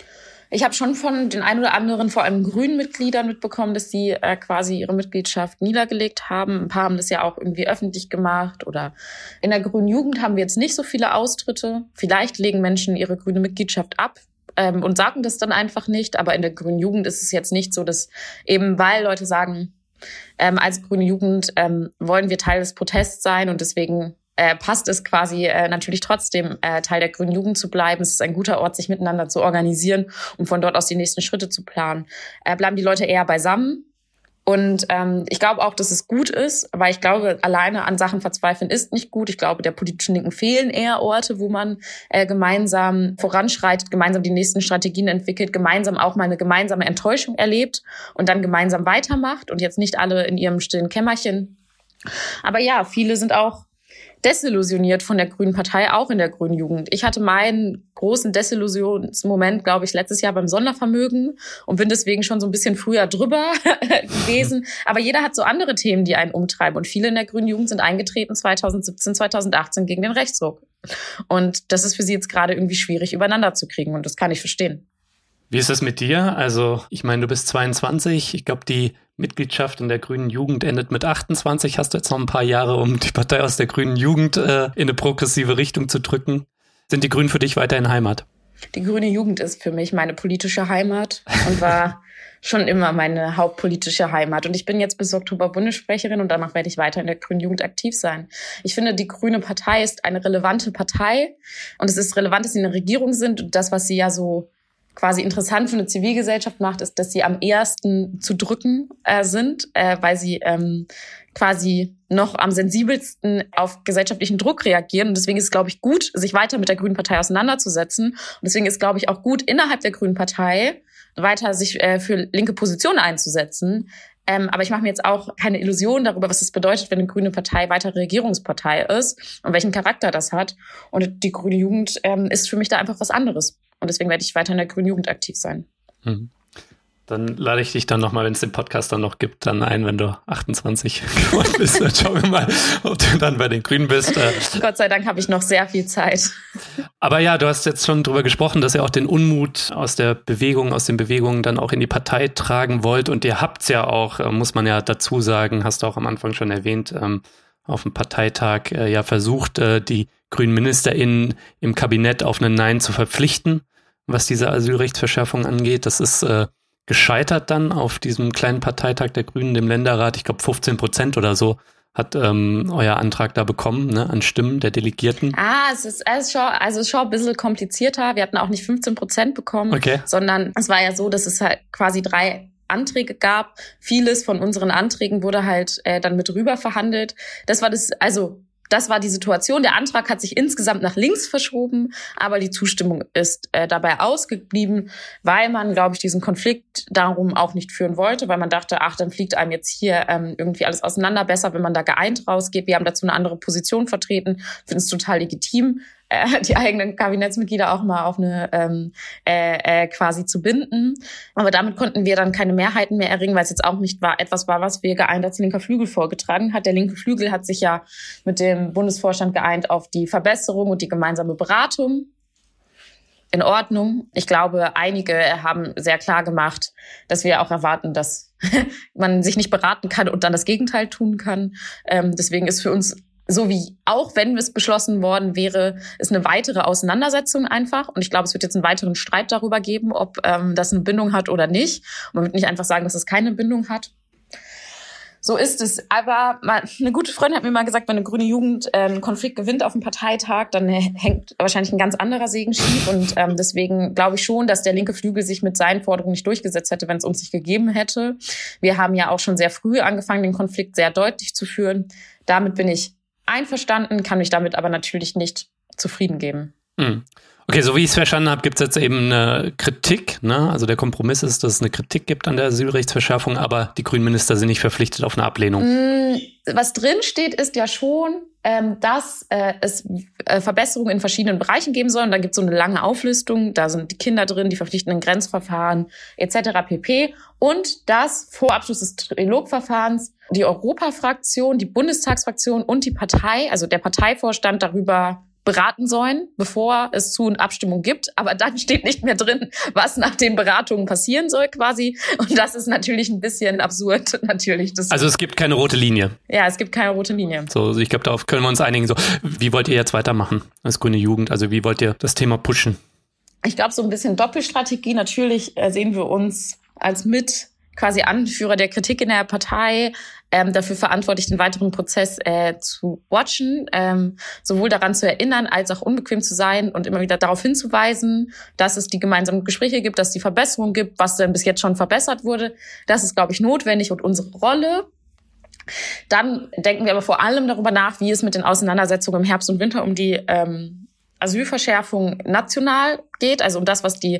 Ich habe schon von den ein oder anderen, vor allem grünen Mitgliedern mitbekommen, dass sie quasi ihre Mitgliedschaft niedergelegt haben. Ein paar haben das ja auch irgendwie öffentlich gemacht. Oder in der Grünen Jugend haben wir jetzt nicht so viele Austritte. Vielleicht legen Menschen ihre grüne Mitgliedschaft ab und sagen das dann einfach nicht. Aber in der Grünen Jugend ist es jetzt nicht so, dass eben weil Leute sagen, als Grüne Jugend wollen wir Teil des Protests sein und deswegen passt es quasi natürlich trotzdem, Teil der Grünen Jugend zu bleiben. Es ist ein guter Ort, sich miteinander zu organisieren, um von dort aus die nächsten Schritte zu planen. Bleiben die Leute eher beisammen. Und ich glaube auch, dass es gut ist, weil ich glaube, alleine an Sachen verzweifeln ist nicht gut. Ich glaube, der politischen Linken fehlen eher Orte, wo man gemeinsam voranschreitet, gemeinsam die nächsten Strategien entwickelt, gemeinsam auch mal eine gemeinsame Enttäuschung erlebt und dann gemeinsam weitermacht und jetzt nicht alle in ihrem stillen Kämmerchen. Aber ja, viele sind auch desillusioniert von der Grünen Partei, auch in der Grünen Jugend. Ich hatte meinen großen Desillusionsmoment, glaube ich, letztes Jahr beim Sondervermögen und bin deswegen schon so ein bisschen früher drüber gewesen. Aber jeder hat so andere Themen, die einen umtreiben. Und viele in der Grünen Jugend sind eingetreten 2017, 2018 gegen den Rechtsruck. Und das ist für sie jetzt gerade irgendwie schwierig, übereinander zu kriegen. Und das kann ich verstehen. Wie ist das mit dir? Also, ich meine, du bist 22. Ich glaube, die Mitgliedschaft in der Grünen Jugend endet mit 28. Hast du jetzt noch ein paar Jahre, um die Partei aus der Grünen Jugend in eine progressive Richtung zu drücken? Sind die Grünen für dich weiterhin Heimat? Die Grüne Jugend ist für mich meine politische Heimat und war schon immer meine hauptpolitische Heimat. Und ich bin jetzt bis Oktober Bundessprecherin und danach werde ich weiter in der Grünen Jugend aktiv sein. Ich finde, die Grüne Partei ist eine relevante Partei und es ist relevant, dass sie in der Regierung sind. Und das, was sie ja so quasi interessant für eine Zivilgesellschaft macht, ist, dass sie am ehesten zu drücken sind, weil sie quasi noch am sensibelsten auf gesellschaftlichen Druck reagieren. Und deswegen ist es, glaube ich, gut, sich weiter mit der Grünen Partei auseinanderzusetzen. Und deswegen ist, glaube ich, auch gut, innerhalb der Grünen Partei weiter sich für linke Positionen einzusetzen. Aber ich mache mir jetzt auch keine Illusionen darüber, was es bedeutet, wenn eine grüne Partei weiter Regierungspartei ist und welchen Charakter das hat. Und die Grüne Jugend ist für mich da einfach was anderes. Und deswegen werde ich weiter in der Grünen Jugend aktiv sein. Dann lade ich dich dann nochmal, wenn es den Podcast dann noch gibt, dann ein, wenn du 28 geworden bist. Dann schauen wir mal, ob du dann bei den Grünen bist. Gott sei Dank habe ich noch sehr viel Zeit. Aber ja, du hast jetzt schon drüber gesprochen, dass ihr auch den Unmut aus den Bewegungen dann auch in die Partei tragen wollt. Und ihr habt's ja auch, muss man ja dazu sagen, hast du auch am Anfang schon erwähnt, auf dem Parteitag ja versucht, die grünen MinisterInnen im Kabinett auf einen Nein zu verpflichten, was diese Asylrechtsverschärfung angeht. Das ist gescheitert dann auf diesem kleinen Parteitag der Grünen, dem Länderrat. Ich glaube 15% oder so hat euer Antrag da bekommen, ne, an Stimmen der Delegierten. Es ist schon ein bisschen komplizierter. Wir hatten auch nicht 15% bekommen, okay, sondern es war ja so, dass es halt quasi 3 Anträge gab. Vieles von unseren Anträgen wurde halt dann mit rüber verhandelt. Das war die Situation. Der Antrag hat sich insgesamt nach links verschoben, aber die Zustimmung ist dabei ausgeblieben, weil man, glaube ich, diesen Konflikt darum auch nicht führen wollte, weil man dachte, dann fliegt einem jetzt hier irgendwie alles auseinander. Besser, wenn man da geeint rausgeht. Wir haben dazu eine andere Position vertreten, finden es total legitim, die eigenen Kabinettsmitglieder auch mal auf eine quasi zu binden. Aber damit konnten wir dann keine Mehrheiten mehr erringen, weil es jetzt auch nicht etwas war, was wir geeint als linker Flügel vorgetragen hat. Der linke Flügel hat sich ja mit dem Bundesvorstand geeint auf die Verbesserung und die gemeinsame Beratung. In Ordnung. Ich glaube, einige haben sehr klar gemacht, dass wir auch erwarten, dass man sich nicht beraten kann und dann das Gegenteil tun kann. Deswegen ist für uns, so wie auch wenn es beschlossen worden wäre, ist eine weitere Auseinandersetzung einfach. Und ich glaube, es wird jetzt einen weiteren Streit darüber geben, ob das eine Bindung hat oder nicht. Und man wird nicht einfach sagen, dass es keine Bindung hat. So ist es. Aber eine gute Freundin hat mir mal gesagt, wenn eine grüne Jugend einen Konflikt gewinnt auf dem Parteitag, dann hängt wahrscheinlich ein ganz anderer Segen schief. Und deswegen glaube ich schon, dass der linke Flügel sich mit seinen Forderungen nicht durchgesetzt hätte, wenn es uns nicht gegeben hätte. Wir haben ja auch schon sehr früh angefangen, den Konflikt sehr deutlich zu führen. Damit bin ich einverstanden, kann mich damit aber natürlich nicht zufrieden geben. Okay, so wie ich es verstanden habe, gibt es jetzt eben eine Kritik, ne? Also der Kompromiss ist, dass es eine Kritik gibt an der Asylrechtsverschärfung, aber die grünen Minister sind nicht verpflichtet auf eine Ablehnung. Was drin steht, ist ja schon, dass es Verbesserungen in verschiedenen Bereichen geben soll. Und da gibt es so eine lange Auflistung. Da sind die Kinder drin, die verpflichtenden Grenzverfahren etc. pp. Und dass vor Abschluss des Trilogverfahrens die Europafraktion, die Bundestagsfraktion und die Partei, also der Parteivorstand, darüber beraten sollen, bevor es zu einer Abstimmung gibt. Aber dann steht nicht mehr drin, was nach den Beratungen passieren soll quasi. Und das ist natürlich ein bisschen absurd. Natürlich. Also es gibt keine rote Linie. Ja, es gibt keine rote Linie. So, ich glaube, darauf können wir uns einigen. So, wie wollt ihr jetzt weitermachen als grüne Jugend? Also wie wollt ihr das Thema pushen? Ich glaube, so ein bisschen Doppelstrategie. Natürlich sehen wir uns als quasi Anführer der Kritik in der Partei, dafür verantwortlich, den weiteren Prozess zu watchen, sowohl daran zu erinnern, als auch unbequem zu sein und immer wieder darauf hinzuweisen, dass es die gemeinsamen Gespräche gibt, dass es die Verbesserung gibt, was denn bis jetzt schon verbessert wurde. Das ist, glaube ich, notwendig und unsere Rolle. Dann denken wir aber vor allem darüber nach, wie es mit den Auseinandersetzungen im Herbst und Winter um die Asylverschärfung national geht, also um das, was die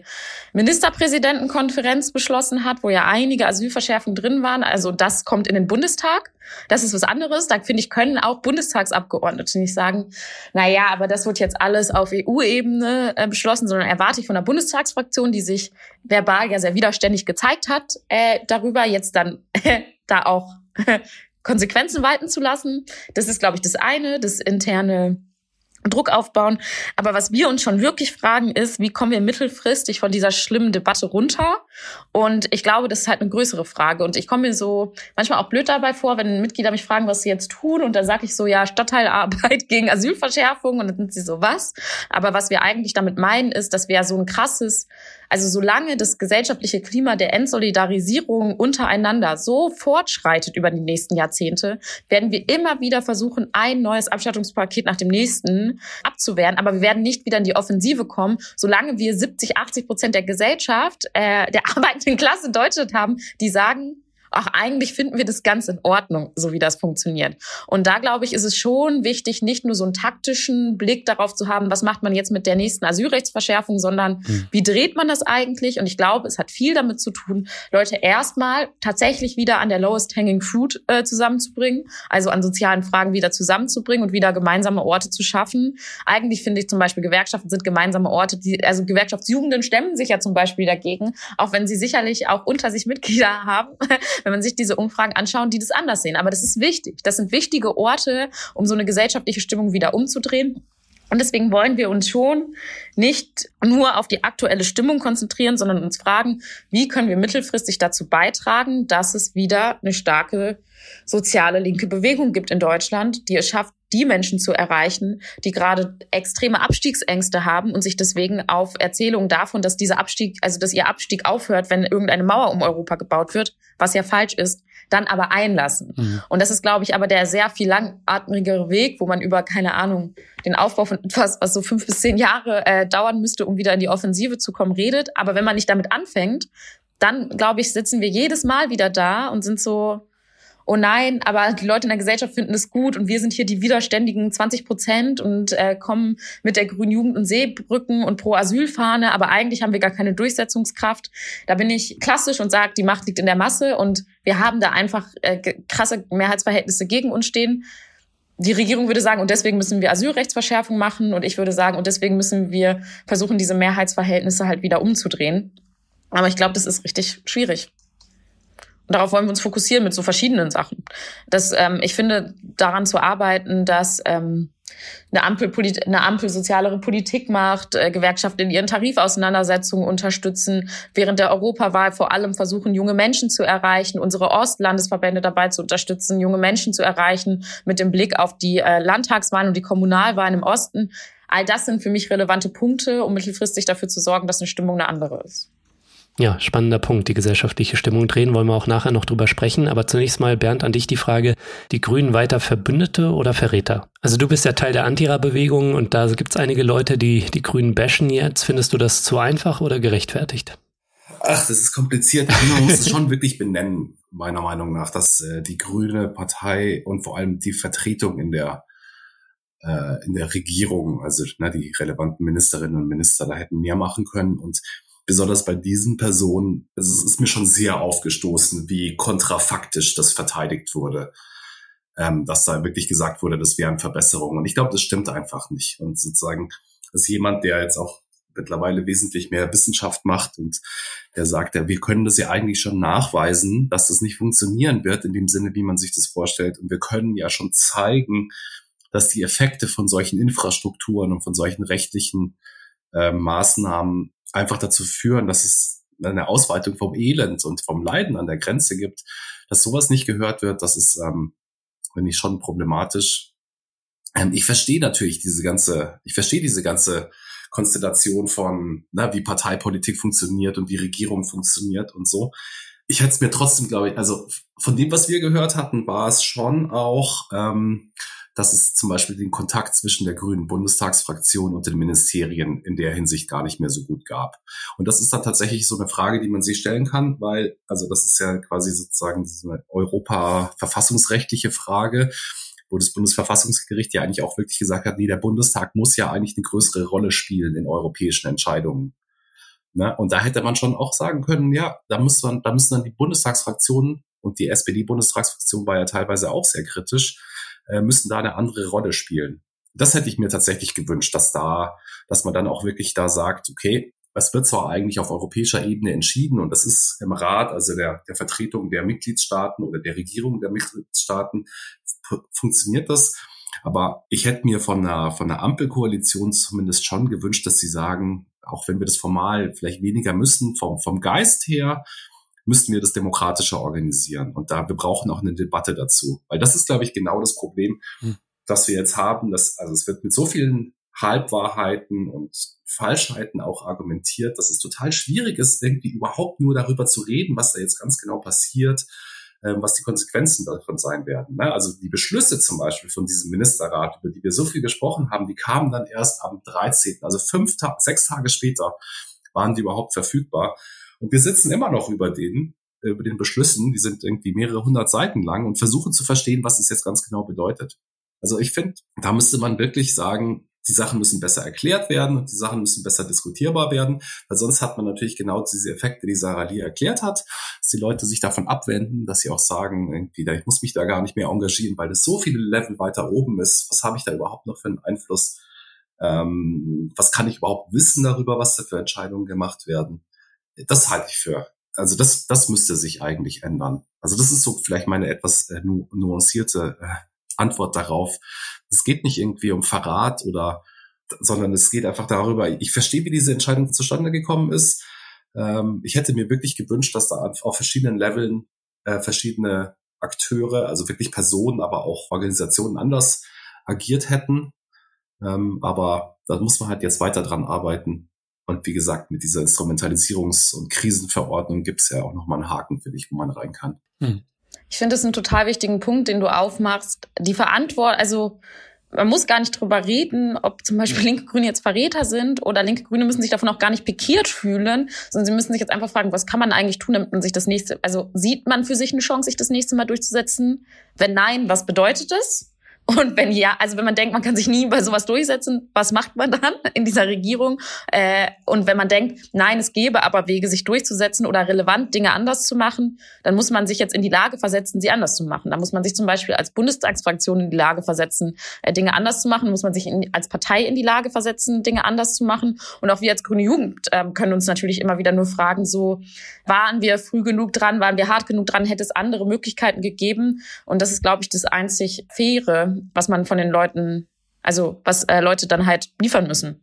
Ministerpräsidentenkonferenz beschlossen hat, wo ja einige Asylverschärfungen drin waren. Also das kommt in den Bundestag. Das ist was anderes. Da, finde ich, können auch Bundestagsabgeordnete nicht sagen, aber das wird jetzt alles auf EU-Ebene beschlossen, sondern erwarte ich von der Bundestagsfraktion, die sich verbal ja sehr widerständig gezeigt hat, darüber jetzt dann da auch Konsequenzen walten zu lassen. Das ist, glaube ich, das eine, das interne Druck aufbauen. Aber was wir uns schon wirklich fragen ist, wie kommen wir mittelfristig von dieser schlimmen Debatte runter? Und ich glaube, das ist halt eine größere Frage. Und ich komme mir so manchmal auch blöd dabei vor, wenn Mitglieder mich fragen, was sie jetzt tun. Und dann sage ich so, ja, Stadtteilarbeit gegen Asylverschärfung. Und dann sind sie so, was? Aber was wir eigentlich damit meinen, ist, dass wir so ein krasses, also solange das gesellschaftliche Klima der Entsolidarisierung untereinander so fortschreitet über die nächsten Jahrzehnte, werden wir immer wieder versuchen, ein neues Abstattungspaket nach dem nächsten abzuwehren. Aber wir werden nicht wieder in die Offensive kommen, solange wir 70-80% der Gesellschaft, der arbeitenden Klasse in Deutschland haben, die sagen, ach, eigentlich finden wir das ganz in Ordnung, so wie das funktioniert. Und da, glaube ich, ist es schon wichtig, nicht nur so einen taktischen Blick darauf zu haben, was macht man jetzt mit der nächsten Asylrechtsverschärfung, sondern wie dreht man das eigentlich? Und ich glaube, es hat viel damit zu tun, Leute erstmal tatsächlich wieder an der lowest hanging fruit zusammenzubringen, also an sozialen Fragen wieder zusammenzubringen und wieder gemeinsame Orte zu schaffen. Eigentlich finde ich zum Beispiel, Gewerkschaften sind gemeinsame Orte, also Gewerkschaftsjugenden stemmen sich ja zum Beispiel dagegen, auch wenn sie sicherlich auch unter sich Mitglieder haben, wenn man sich diese Umfragen anschaut, die das anders sehen. Aber das ist wichtig. Das sind wichtige Orte, um so eine gesellschaftliche Stimmung wieder umzudrehen. Und deswegen wollen wir uns schon nicht nur auf die aktuelle Stimmung konzentrieren, sondern uns fragen, wie können wir mittelfristig dazu beitragen, dass es wieder eine starke soziale linke Bewegung gibt in Deutschland, die es schafft, die Menschen zu erreichen, die gerade extreme Abstiegsängste haben und sich deswegen auf Erzählungen davon, dass dieser Abstieg, also dass ihr Abstieg aufhört, wenn irgendeine Mauer um Europa gebaut wird, was ja falsch ist, dann aber einlassen. Und das ist, glaube ich, aber der sehr viel langatmigere Weg, wo man über, keine Ahnung, den Aufbau von etwas, was so 5 bis 10 Jahre dauern müsste, um wieder in die Offensive zu kommen, redet. Aber wenn man nicht damit anfängt, dann, glaube ich, sitzen wir jedes Mal wieder da und sind so, oh nein, aber die Leute in der Gesellschaft finden es gut und wir sind hier die widerständigen 20% und kommen mit der Grünen Jugend- und Seebrücken und Pro-Asyl-Fahne, aber eigentlich haben wir gar keine Durchsetzungskraft. Da bin ich klassisch und sage, die Macht liegt in der Masse und wir haben da einfach krasse Mehrheitsverhältnisse gegen uns stehen. Die Regierung würde sagen, und deswegen müssen wir Asylrechtsverschärfung machen, und ich würde sagen, und deswegen müssen wir versuchen, diese Mehrheitsverhältnisse halt wieder umzudrehen. Aber ich glaube, das ist richtig schwierig. Und darauf wollen wir uns fokussieren mit so verschiedenen Sachen. Ich finde, daran zu arbeiten, dass eine Ampel sozialere Politik macht, Gewerkschaften in ihren Tarifauseinandersetzungen unterstützen, während der Europawahl vor allem versuchen, junge Menschen zu erreichen, unsere Ostlandesverbände dabei zu unterstützen, junge Menschen zu erreichen, mit dem Blick auf die Landtagswahlen und die Kommunalwahlen im Osten. All das sind für mich relevante Punkte, um mittelfristig dafür zu sorgen, dass eine Stimmung eine andere ist. Ja, spannender Punkt, die gesellschaftliche Stimmung drehen, wollen wir auch nachher noch drüber sprechen. Aber zunächst mal, Bernd, an dich die Frage, die Grünen weiter Verbündete oder Verräter? Also du bist ja Teil der Antira-Bewegung und da gibt es einige Leute, die die Grünen bashen jetzt. Findest du das zu einfach oder gerechtfertigt? Ach, das ist kompliziert. Man muss es schon wirklich benennen, meiner Meinung nach, dass die Grüne Partei und vor allem die Vertretung in der Regierung, also die relevanten Ministerinnen und Minister, da hätten mehr machen können. Und besonders bei diesen Personen, es ist mir schon sehr aufgestoßen, wie kontrafaktisch das verteidigt wurde, dass da wirklich gesagt wurde, das wären Verbesserungen. Und ich glaube, das stimmt einfach nicht. Und sozusagen, dass jemand, der jetzt auch mittlerweile wesentlich mehr Wissenschaft macht und der sagt, ja, wir können das ja eigentlich schon nachweisen, dass das nicht funktionieren wird in dem Sinne, wie man sich das vorstellt. Und wir können ja schon zeigen, dass die Effekte von solchen Infrastrukturen und von solchen rechtlichen Maßnahmen einfach dazu führen, dass es eine Ausweitung vom Elend und vom Leiden an der Grenze gibt, dass sowas nicht gehört wird, das ist, finde ich, schon problematisch. Ich verstehe natürlich diese ganze Konstellation von, wie Parteipolitik funktioniert und wie Regierung funktioniert und so. Ich hätte es mir trotzdem, glaube ich, also von dem, was wir gehört hatten, war es schon auch, dass es zum Beispiel den Kontakt zwischen der Grünen Bundestagsfraktion und den Ministerien in der Hinsicht gar nicht mehr so gut gab. Und das ist dann tatsächlich so eine Frage, die man sich stellen kann, weil, also das ist ja quasi sozusagen so eine Europa-verfassungsrechtliche Frage, wo das Bundesverfassungsgericht ja eigentlich auch wirklich gesagt hat, nee, der Bundestag muss ja eigentlich eine größere Rolle spielen in europäischen Entscheidungen. Ne? Und da hätte man schon auch sagen können, ja, da müssen dann die Bundestagsfraktionen, und die SPD-Bundestagsfraktion war ja teilweise auch sehr kritisch, müssen da eine andere Rolle spielen. Das hätte ich mir tatsächlich gewünscht, dass man dann auch wirklich da sagt, okay, es wird zwar eigentlich auf europäischer Ebene entschieden und das ist im Rat, also der Vertretung der Mitgliedstaaten oder der Regierung der Mitgliedstaaten, funktioniert das. Aber ich hätte mir von einer Ampelkoalition zumindest schon gewünscht, dass sie sagen, auch wenn wir das formal vielleicht weniger müssen, vom Geist her, müssten wir das demokratischer organisieren. Und wir brauchen auch eine Debatte dazu. Weil das ist, glaube ich, genau das Problem, das wir jetzt haben. Also es wird mit so vielen Halbwahrheiten und Falschheiten auch argumentiert, dass es total schwierig ist, irgendwie überhaupt nur darüber zu reden, was da jetzt ganz genau passiert, was die Konsequenzen davon sein werden. Ne? Also die Beschlüsse zum Beispiel von diesem Ministerrat, über die wir so viel gesprochen haben, die kamen dann erst am 13., also 6 Tage später waren die überhaupt verfügbar. Und wir sitzen immer noch über denen über den Beschlüssen, die sind irgendwie mehrere hundert Seiten lang und versuchen zu verstehen, was es jetzt ganz genau bedeutet. Also ich finde, da müsste man wirklich sagen, die Sachen müssen besser erklärt werden und die Sachen müssen besser diskutierbar werden, weil sonst hat man natürlich genau diese Effekte, die Sarah Lee erklärt hat, dass die Leute sich davon abwenden, dass sie auch sagen, irgendwie, ich muss mich da gar nicht mehr engagieren, weil es so viele Level weiter oben ist. Was habe ich da überhaupt noch für einen Einfluss? Was kann ich überhaupt wissen darüber, was da für Entscheidungen gemacht werden? Das halte ich für. Also das müsste sich eigentlich ändern. Also das ist so vielleicht meine etwas nuancierte Antwort darauf. Es geht nicht irgendwie um Verrat sondern es geht einfach darüber, ich verstehe, wie diese Entscheidung zustande gekommen ist. Ich hätte mir wirklich gewünscht, dass da auf verschiedenen Leveln verschiedene Akteure, also wirklich Personen, aber auch Organisationen anders agiert hätten. Aber da muss man halt jetzt weiter dran arbeiten. Und wie gesagt, mit dieser Instrumentalisierungs- und Krisenverordnung gibt es ja auch nochmal einen Haken für dich, wo man rein kann. Ich finde das einen total wichtigen Punkt, den du aufmachst. Die Verantwortung, also man muss gar nicht drüber reden, ob zum Beispiel linke Grüne jetzt Verräter sind oder linke Grüne müssen sich davon auch gar nicht pikiert fühlen, sondern sie müssen sich jetzt einfach fragen, was kann man eigentlich tun, damit man sich also sieht man für sich eine Chance, sich das nächste Mal durchzusetzen? Wenn nein, was bedeutet das? Und wenn ja, also wenn man denkt, man kann sich nie bei sowas durchsetzen, was macht man dann in dieser Regierung? Und wenn man denkt, nein, es gäbe aber Wege, sich durchzusetzen oder relevant Dinge anders zu machen, dann muss man sich jetzt in die Lage versetzen, sie anders zu machen. Da muss man sich zum Beispiel als Bundestagsfraktion in die Lage versetzen, Dinge anders zu machen. Muss man sich als Partei in die Lage versetzen, Dinge anders zu machen. Und auch wir als Grüne Jugend können uns natürlich immer wieder nur fragen, so, waren wir früh genug dran, waren wir hart genug dran, hätte es andere Möglichkeiten gegeben? Und das ist, glaube ich, das einzig Faire, was man von den Leuten, also was Leute dann halt liefern müssen.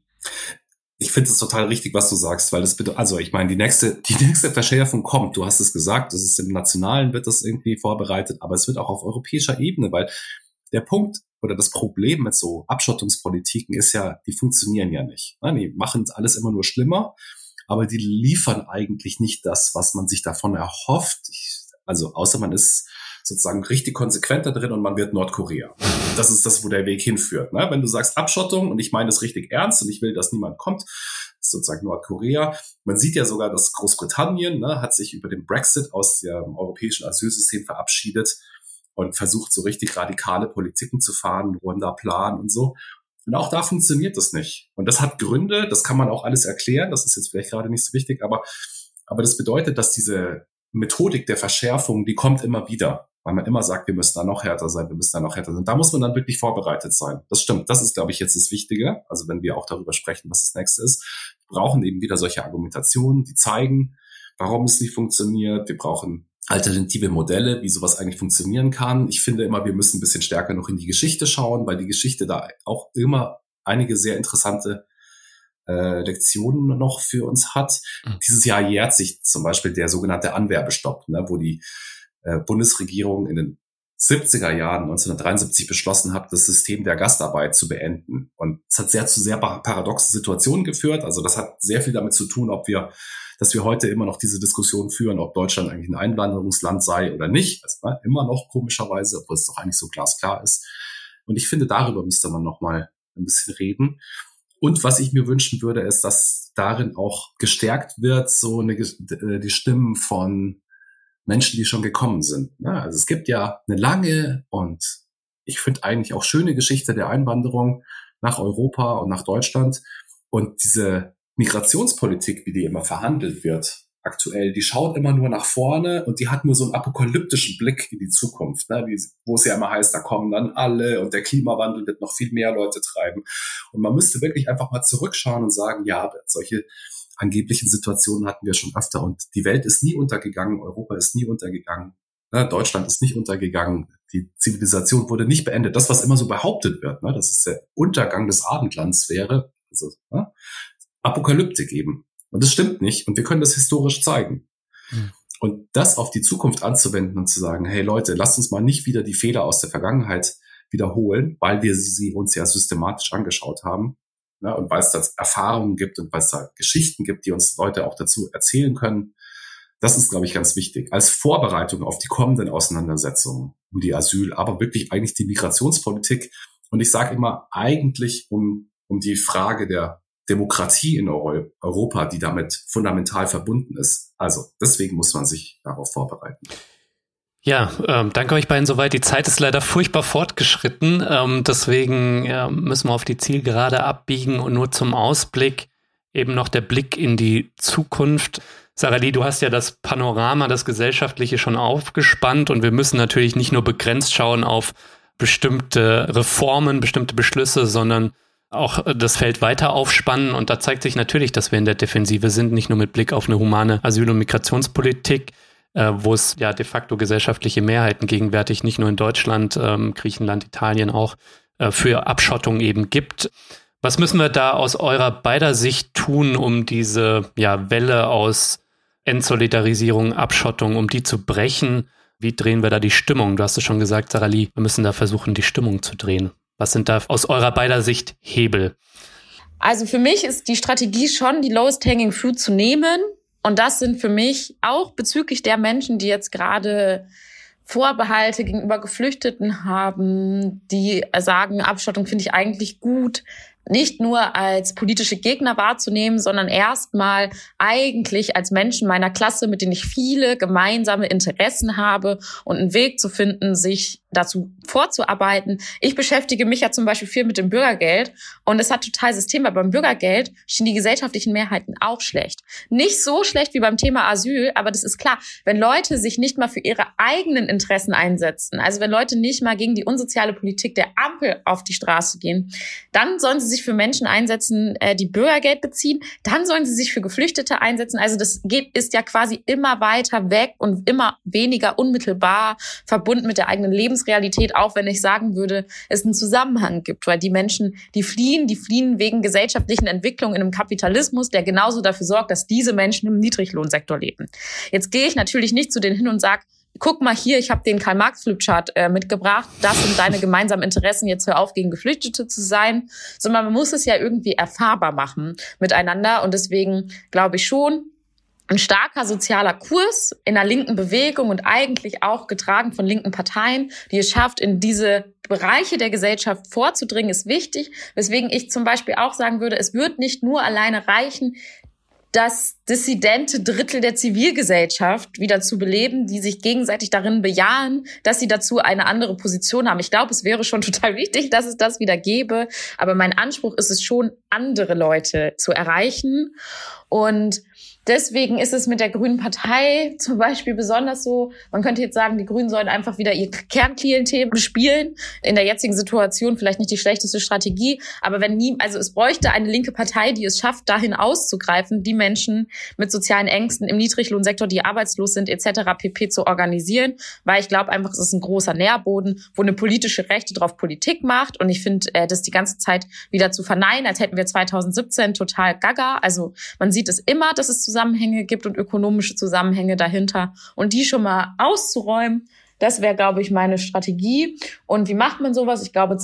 Ich finde es total richtig, was du sagst, weil das bitte, also ich meine, die nächste Verschärfung kommt. Du hast es gesagt, das ist im Nationalen wird das irgendwie vorbereitet, aber es wird auch auf europäischer Ebene, weil der Punkt oder das Problem mit so Abschottungspolitiken ist ja, die funktionieren ja nicht. Die machen alles immer nur schlimmer, aber die liefern eigentlich nicht das, was man sich davon erhofft. Also außer man ist sozusagen richtig konsequent da drin und man wird Nordkorea. Das ist das, wo der Weg hinführt. Ne? Wenn du sagst Abschottung, und ich meine das richtig ernst und ich will, dass niemand kommt, ist sozusagen Nordkorea. Man sieht ja sogar, dass Großbritannien hat sich über den Brexit aus dem europäischen Asylsystem verabschiedet und versucht, so richtig radikale Politiken zu fahren, Ruanda-Plan und so. Und auch da funktioniert das nicht. Und das hat Gründe, das kann man auch alles erklären, das ist jetzt vielleicht gerade nicht so wichtig, aber das bedeutet, dass diese Methodik der Verschärfung, die kommt immer wieder, weil man immer sagt, wir müssen da noch härter sein, wir müssen da noch härter sein. Da muss man dann wirklich vorbereitet sein. Das stimmt. Das ist, glaube ich, jetzt das Wichtige. Also wenn wir auch darüber sprechen, was das nächste ist. Wir brauchen eben wieder solche Argumentationen, die zeigen, warum es nicht funktioniert. Wir brauchen alternative Modelle, wie sowas eigentlich funktionieren kann. Ich finde immer, wir müssen ein bisschen stärker noch in die Geschichte schauen, weil die Geschichte da auch immer einige sehr interessante Lektionen noch für uns hat. Dieses Jahr jährt sich zum Beispiel der sogenannte Anwerbestopp, wo die Bundesregierung in den 70er Jahren 1973 beschlossen hat, das System der Gastarbeit zu beenden. Und es hat zu sehr paradoxen Situationen geführt. Also das hat sehr viel damit zu tun, dass wir heute immer noch diese Diskussion führen, ob Deutschland eigentlich ein Einwanderungsland sei oder nicht. Also, immer noch komischerweise, obwohl es doch eigentlich so glasklar ist. Und ich finde, darüber müsste man noch mal ein bisschen reden. Und was ich mir wünschen würde, ist, dass darin auch gestärkt wird, die Stimmen von Menschen, die schon gekommen sind. Also es gibt ja eine lange und ich finde eigentlich auch schöne Geschichte der Einwanderung nach Europa und nach Deutschland. Und diese Migrationspolitik, wie die immer verhandelt wird, aktuell, die schaut immer nur nach vorne und die hat nur so einen apokalyptischen Blick in die Zukunft, wo es ja immer heißt, da kommen dann alle und der Klimawandel wird noch viel mehr Leute treiben. Und man müsste wirklich einfach mal zurückschauen und sagen, ja, solche angeblichen Situationen hatten wir schon öfter und die Welt ist nie untergegangen, Europa ist nie untergegangen, Deutschland ist nicht untergegangen, die Zivilisation wurde nicht beendet. Das, was immer so behauptet wird, dass es der Untergang des Abendlands wäre, also Apokalyptik eben. Und das stimmt nicht und wir können das historisch zeigen. Und das auf die Zukunft anzuwenden und zu sagen, hey Leute, lasst uns mal nicht wieder die Fehler aus der Vergangenheit wiederholen, weil wir sie uns ja systematisch angeschaut haben. Und weil es da Erfahrungen gibt und weil es da Geschichten gibt, die uns Leute auch dazu erzählen können. Das ist, glaube ich, ganz wichtig. Als Vorbereitung auf die kommenden Auseinandersetzungen um die Asyl, aber wirklich eigentlich die Migrationspolitik. Und ich sage immer, eigentlich um die Frage der Demokratie in Europa, die damit fundamental verbunden ist. Also deswegen muss man sich darauf vorbereiten. Ja, danke euch beiden soweit. Die Zeit ist leider furchtbar fortgeschritten. Deswegen müssen wir auf die Zielgerade abbiegen und nur zum Ausblick eben noch der Blick in die Zukunft. Sarah-Lie, du hast ja das Panorama, das Gesellschaftliche schon aufgespannt und wir müssen natürlich nicht nur begrenzt schauen auf bestimmte Reformen, bestimmte Beschlüsse, sondern auch das Feld weiter aufspannen. Und da zeigt sich natürlich, dass wir in der Defensive sind, nicht nur mit Blick auf eine humane Asyl- und Migrationspolitik, wo es ja de facto gesellschaftliche Mehrheiten gegenwärtig nicht nur in Deutschland, Griechenland, Italien auch für Abschottung eben gibt. Was müssen wir da aus eurer beider Sicht tun, um diese Welle aus Entsolidarisierung, Abschottung, um die zu brechen? Wie drehen wir da die Stimmung? Du hast es schon gesagt, Sarah-Lie, wir müssen da versuchen, die Stimmung zu drehen. Was sind da aus eurer beider Sicht Hebel? Also für mich ist die Strategie schon, die lowest hanging fruit zu nehmen. Und das sind für mich auch bezüglich der Menschen, die jetzt gerade Vorbehalte gegenüber Geflüchteten haben, die sagen, Abschottung finde ich eigentlich gut, nicht nur als politische Gegner wahrzunehmen, sondern erstmal eigentlich als Menschen meiner Klasse, mit denen ich viele gemeinsame Interessen habe und einen Weg zu finden, sich dazu vorzuarbeiten. Ich beschäftige mich ja zum Beispiel viel mit dem Bürgergeld und es hat total System, weil beim Bürgergeld stehen die gesellschaftlichen Mehrheiten auch schlecht. Nicht so schlecht wie beim Thema Asyl, aber das ist klar, wenn Leute sich nicht mal für ihre eigenen Interessen einsetzen, also wenn Leute nicht mal gegen die unsoziale Politik der Ampel auf die Straße gehen, dann sollen sie sich für Menschen einsetzen, die Bürgergeld beziehen, dann sollen sie sich für Geflüchtete einsetzen. Also das ist ja quasi immer weiter weg und immer weniger unmittelbar verbunden mit der eigenen Lebensrealität, auch wenn ich sagen würde, es einen Zusammenhang gibt, weil die Menschen, die fliehen wegen gesellschaftlichen Entwicklungen in einem Kapitalismus, der genauso dafür sorgt, dass diese Menschen im Niedriglohnsektor leben. Jetzt gehe ich natürlich nicht zu denen hin und sage, guck mal hier, ich habe den Karl-Marx-Flipchart mitgebracht, das sind deine gemeinsamen Interessen, jetzt hör auf, gegen Geflüchtete zu sein, sondern man muss es ja irgendwie erfahrbar machen miteinander und deswegen glaube ich schon, ein starker sozialer Kurs in einer linken Bewegung und eigentlich auch getragen von linken Parteien, die es schafft, in diese Bereiche der Gesellschaft vorzudringen, ist wichtig, weswegen ich zum Beispiel auch sagen würde, es wird nicht nur alleine reichen, das dissidente Drittel der Zivilgesellschaft wieder zu beleben, die sich gegenseitig darin bejahen, dass sie dazu eine andere Position haben. Ich glaube, es wäre schon total wichtig, dass es das wieder gäbe. Aber mein Anspruch ist es schon, andere Leute zu erreichen. Und deswegen ist es mit der Grünen Partei zum Beispiel besonders so, man könnte jetzt sagen, die Grünen sollen einfach wieder ihr Kernklientel bespielen. In der jetzigen Situation vielleicht nicht die schlechteste Strategie, aber also es bräuchte eine linke Partei, die es schafft, dahin auszugreifen, die Menschen mit sozialen Ängsten im Niedriglohnsektor, die arbeitslos sind etc. pp. Zu organisieren, weil ich glaube einfach, es ist ein großer Nährboden, wo eine politische Rechte drauf Politik macht und ich finde, das die ganze Zeit wieder zu verneinen, als hätten wir 2017 total gaga. Also man sieht es immer, dass es Zusammenhänge gibt und ökonomische Zusammenhänge dahinter und die schon mal auszuräumen, das wäre, glaube ich, meine Strategie. Und wie macht man sowas? Ich glaube,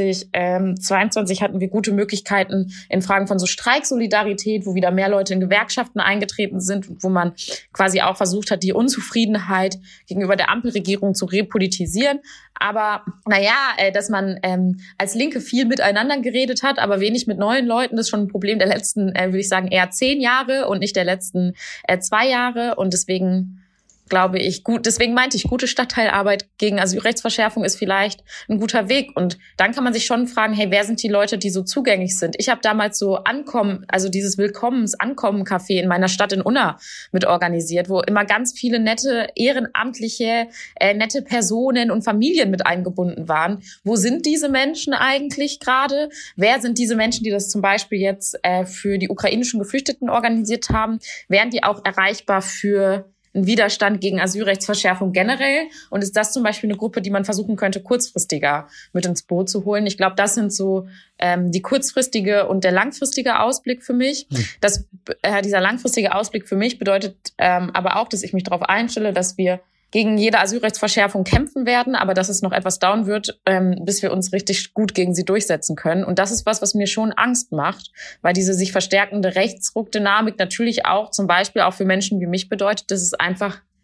2022 hatten wir gute Möglichkeiten in Fragen von so Streiksolidarität, wo wieder mehr Leute in Gewerkschaften eingetreten sind und wo man quasi auch versucht hat, die Unzufriedenheit gegenüber der Ampelregierung zu repolitisieren. Aber dass man als Linke viel miteinander geredet hat, aber wenig mit neuen Leuten, das ist schon ein Problem der letzten, würde ich sagen, eher 10 Jahre und nicht der letzten 2 Jahre. Und deswegen glaube ich, deswegen meinte ich, gute Stadtteilarbeit gegen Asylrechtsverschärfung ist vielleicht ein guter Weg. Und dann kann man sich schon fragen, hey, wer sind die Leute, die so zugänglich sind? Ich habe damals so dieses Willkommens-Ankommen-Café in meiner Stadt in Unna mit organisiert, wo immer ganz viele nette, ehrenamtliche, nette Personen und Familien mit eingebunden waren. Wo sind diese Menschen eigentlich gerade? Wer sind diese Menschen, die das zum Beispiel jetzt für die ukrainischen Geflüchteten organisiert haben? Wären die auch erreichbar für einen Widerstand gegen Asylrechtsverschärfung generell? Und ist das zum Beispiel eine Gruppe, die man versuchen könnte, kurzfristiger mit ins Boot zu holen? Ich glaube, das sind so die kurzfristige und der langfristige Ausblick für mich. Dieser langfristige Ausblick für mich bedeutet aber auch, dass ich mich darauf einstelle, dass wir gegen jede Asylrechtsverschärfung kämpfen werden, aber dass es noch etwas dauern wird, bis wir uns richtig gut gegen sie durchsetzen können. Und das ist was mir schon Angst macht, weil diese sich verstärkende Rechtsruckdynamik natürlich auch zum Beispiel auch für Menschen wie mich bedeutet, dass es einfach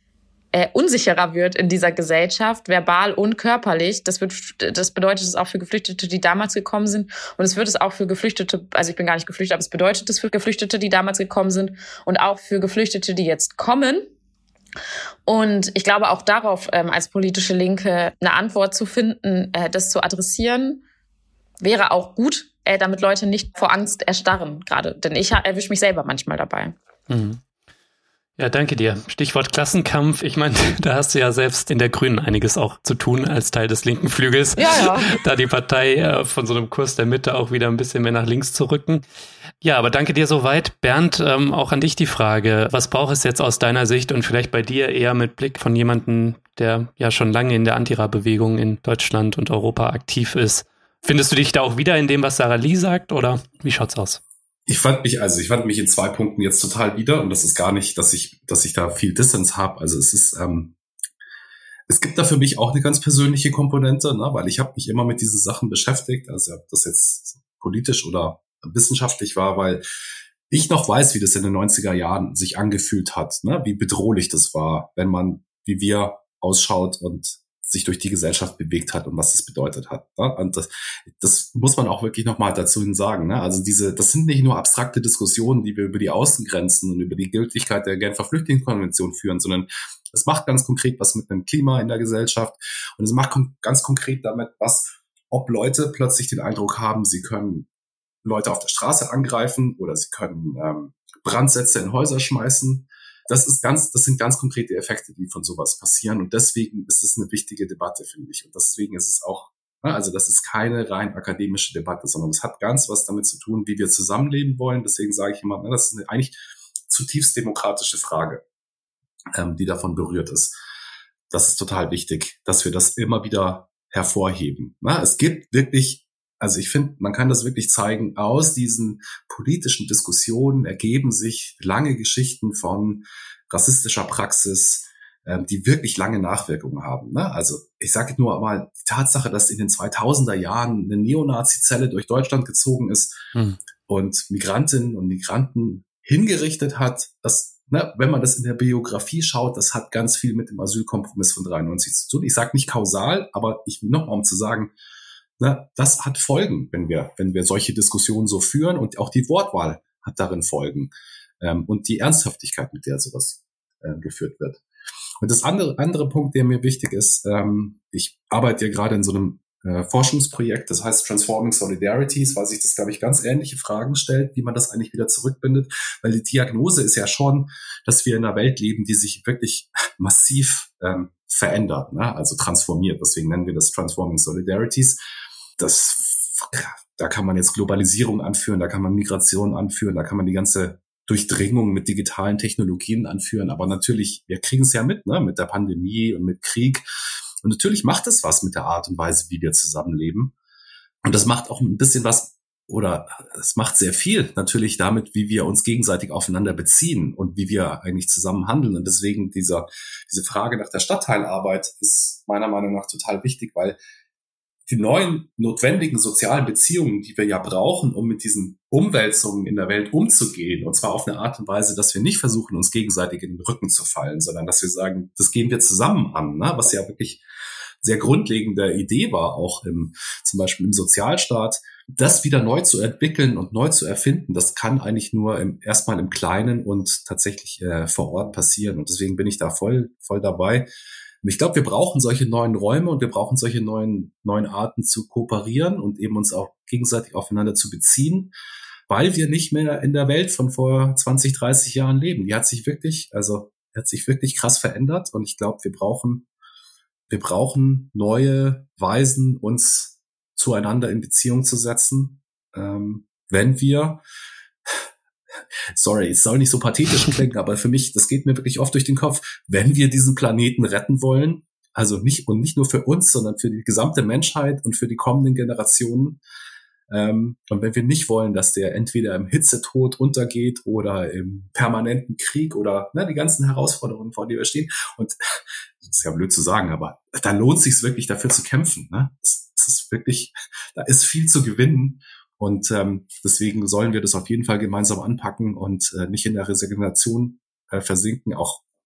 unsicherer wird in dieser Gesellschaft, verbal und körperlich. Das bedeutet es auch für Geflüchtete, die damals gekommen sind. Und es wird es auch für Geflüchtete, also ich bin gar nicht geflüchtet, aber es bedeutet es für Geflüchtete, die damals gekommen sind und auch für Geflüchtete, die jetzt kommen. Und ich glaube auch darauf, als politische Linke eine Antwort zu finden, das zu adressieren, wäre auch gut, damit Leute nicht vor Angst erstarren gerade. Denn ich erwische mich selber manchmal dabei. Mhm. Ja, danke dir. Stichwort Klassenkampf. Ich meine, da hast du ja selbst in der Grünen einiges auch zu tun als Teil des linken Flügels. Ja. Da die Partei von so einem Kurs der Mitte auch wieder ein bisschen mehr nach links zu rücken. Ja, aber danke dir soweit. Bernd, auch an dich die Frage. Was braucht es jetzt aus deiner Sicht und vielleicht bei dir eher mit Blick von jemandem, der ja schon lange in der Antira-Bewegung in Deutschland und Europa aktiv ist? Findest du dich da auch wieder in dem, was Sarah Lee sagt, oder wie schaut's aus? Ich fand mich in 2 Punkten jetzt total wieder, und das ist gar nicht, dass ich da viel Dissens habe. Also es gibt da für mich auch eine ganz persönliche Komponente, ne, weil ich habe mich immer mit diesen Sachen beschäftigt, also ob das jetzt politisch oder wissenschaftlich war, weil ich noch weiß, wie das in den 90er Jahren sich angefühlt hat, ne, wie bedrohlich das war, wenn man, wie wir, ausschaut und sich durch die Gesellschaft bewegt hat und was das bedeutet hat. Ne? Und das muss man auch wirklich nochmal dazu sagen. Ne? Also das sind nicht nur abstrakte Diskussionen, die wir über die Außengrenzen und über die Gültigkeit der Genfer Flüchtlingskonvention führen, sondern es macht ganz konkret was mit dem Klima in der Gesellschaft, und es macht ganz konkret damit was, ob Leute plötzlich den Eindruck haben, sie können Leute auf der Straße angreifen oder sie können Brandsätze in Häuser schmeißen. Das sind ganz konkrete Effekte, die von sowas passieren. Und deswegen ist es eine wichtige Debatte, finde ich. Und deswegen ist es auch, also das ist keine rein akademische Debatte, sondern es hat ganz was damit zu tun, wie wir zusammenleben wollen. Deswegen sage ich immer, das ist eine eigentlich zutiefst demokratische Frage, die davon berührt ist. Das ist total wichtig, dass wir das immer wieder hervorheben. Es gibt wirklich, also ich finde, man kann das wirklich zeigen, aus diesen politischen Diskussionen ergeben sich lange Geschichten von rassistischer Praxis, die wirklich lange Nachwirkungen haben. Ne? Also ich sage nur mal, die Tatsache, dass in den 2000er Jahren eine Neonazi-Zelle durch Deutschland gezogen ist und Migrantinnen und Migranten hingerichtet hat, das, ne, wenn man das in der Biografie schaut, das hat ganz viel mit dem Asylkompromiss von 93 zu tun. Ich sage nicht kausal, aber ich will nochmal, um zu sagen, das hat Folgen, wenn wir solche Diskussionen so führen, und auch die Wortwahl hat darin Folgen, und die Ernsthaftigkeit, mit der sowas geführt wird. Und das andere Punkt, der mir wichtig ist, ich arbeite ja gerade in so einem Forschungsprojekt, das heißt Transforming Solidarities, weil sich das, glaube ich, ganz ähnliche Fragen stellt, wie man das eigentlich wieder zurückbindet, weil die Diagnose ist ja schon, dass wir in einer Welt leben, die sich wirklich massiv verändert, ne? Also transformiert. Deswegen nennen wir das Transforming Solidarities. Da kann man jetzt Globalisierung anführen, da kann man Migration anführen, da kann man die ganze Durchdringung mit digitalen Technologien anführen. Aber natürlich, wir kriegen es ja mit, ne, mit der Pandemie und mit Krieg. Und natürlich macht es was mit der Art und Weise, wie wir zusammenleben. Und das macht auch ein bisschen was, oder es macht sehr viel natürlich damit, wie wir uns gegenseitig aufeinander beziehen und wie wir eigentlich zusammen handeln. Und deswegen diese Frage nach der Stadtteilarbeit ist meiner Meinung nach total wichtig, weil die neuen notwendigen sozialen Beziehungen, die wir ja brauchen, um mit diesen Umwälzungen in der Welt umzugehen, und zwar auf eine Art und Weise, dass wir nicht versuchen, uns gegenseitig in den Rücken zu fallen, sondern dass wir sagen, das gehen wir zusammen an, ne? Was ja wirklich sehr grundlegende Idee war, auch zum Beispiel im Sozialstaat, das wieder neu zu entwickeln und neu zu erfinden. Das kann eigentlich nur erstmal im Kleinen und tatsächlich vor Ort passieren. Und deswegen bin ich da voll dabei. Und ich glaube, wir brauchen solche neuen Räume und wir brauchen solche neuen Arten zu kooperieren und eben uns auch gegenseitig aufeinander zu beziehen, weil wir nicht mehr in der Welt von vor 20, 30 Jahren leben. Die hat sich wirklich krass verändert, und ich glaube, wir brauchen neue Weisen, uns zueinander in Beziehung zu setzen, wenn wir, sorry, es soll nicht so pathetisch klingen, aber für mich, das geht mir wirklich oft durch den Kopf, wenn wir diesen Planeten retten wollen, also nicht nur für uns, sondern für die gesamte Menschheit und für die kommenden Generationen. Und wenn wir nicht wollen, dass der entweder im Hitzetod untergeht oder im permanenten Krieg oder die ganzen Herausforderungen, vor denen wir stehen. Und das ist ja blöd zu sagen, aber da lohnt es sich wirklich, dafür zu kämpfen. Ne? Es ist wirklich, da ist viel zu gewinnen. Und deswegen sollen wir das auf jeden Fall gemeinsam anpacken und nicht in der Resignation versinken, auch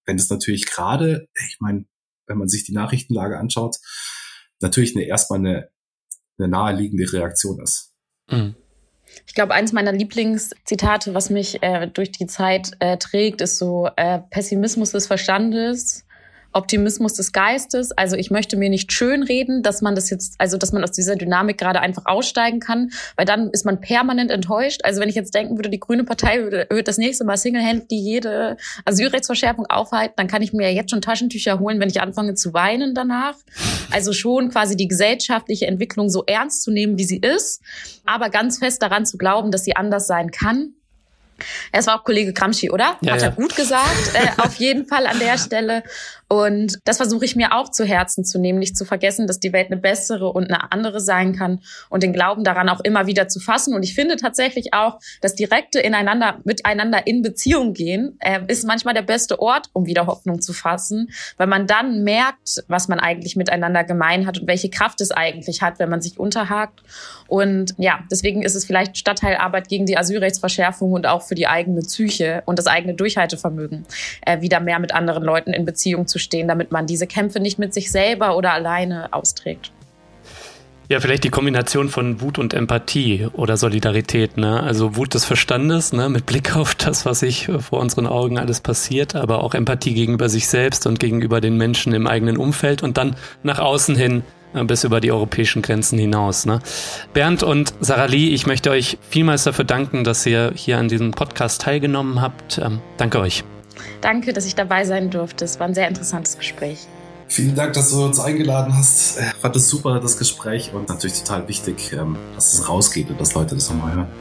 wenn es natürlich gerade, ich meine, wenn man sich die Nachrichtenlage anschaut, natürlich erstmal eine naheliegende Reaktion ist. Mhm. Ich glaube, eins meiner Lieblingszitate, was mich durch die Zeit trägt, ist so Pessimismus des Verstandes, Optimismus des Geistes. Also ich möchte mir nicht schönreden, dass man dass man aus dieser Dynamik gerade einfach aussteigen kann, weil dann ist man permanent enttäuscht. Also wenn ich jetzt denken würde, die Grüne Partei würde das nächste Mal single-handedly jede Asylrechtsverschärfung aufhalten, dann kann ich mir ja jetzt schon Taschentücher holen, wenn ich anfange zu weinen danach. Also schon quasi die gesellschaftliche Entwicklung so ernst zu nehmen, wie sie ist, aber ganz fest daran zu glauben, dass sie anders sein kann. Es war auch Kollege Gramsci, oder? Ja, Hat er gut gesagt, auf jeden Fall an der Stelle. Und das versuche ich mir auch zu Herzen zu nehmen, nicht zu vergessen, dass die Welt eine bessere und eine andere sein kann und den Glauben daran auch immer wieder zu fassen. Und ich finde tatsächlich auch, das direkte miteinander in Beziehung gehen, ist manchmal der beste Ort, um wieder Hoffnung zu fassen, weil man dann merkt, was man eigentlich miteinander gemein hat und welche Kraft es eigentlich hat, wenn man sich unterhakt. Und ja, deswegen ist es vielleicht Stadtteilarbeit gegen die Asylrechtsverschärfung und auch für die eigene Psyche und das eigene Durchhaltevermögen, wieder mehr mit anderen Leuten in Beziehung zu stehen, damit man diese Kämpfe nicht mit sich selber oder alleine austrägt. Ja, vielleicht die Kombination von Wut und Empathie oder Solidarität, ne? Also Wut des Verstandes, ne? Mit Blick auf das, was sich vor unseren Augen alles passiert, aber auch Empathie gegenüber sich selbst und gegenüber den Menschen im eigenen Umfeld und dann nach außen hin bis über die europäischen Grenzen hinaus, ne? Bernd und Saralie, ich möchte euch vielmals dafür danken, dass ihr hier an diesem Podcast teilgenommen habt. Danke euch. Danke, dass ich dabei sein durfte. Es war ein sehr interessantes Gespräch. Vielen Dank, dass du uns eingeladen hast. Ich fand es super, das Gespräch, und natürlich total wichtig, dass es rausgeht und dass Leute das nochmal hören.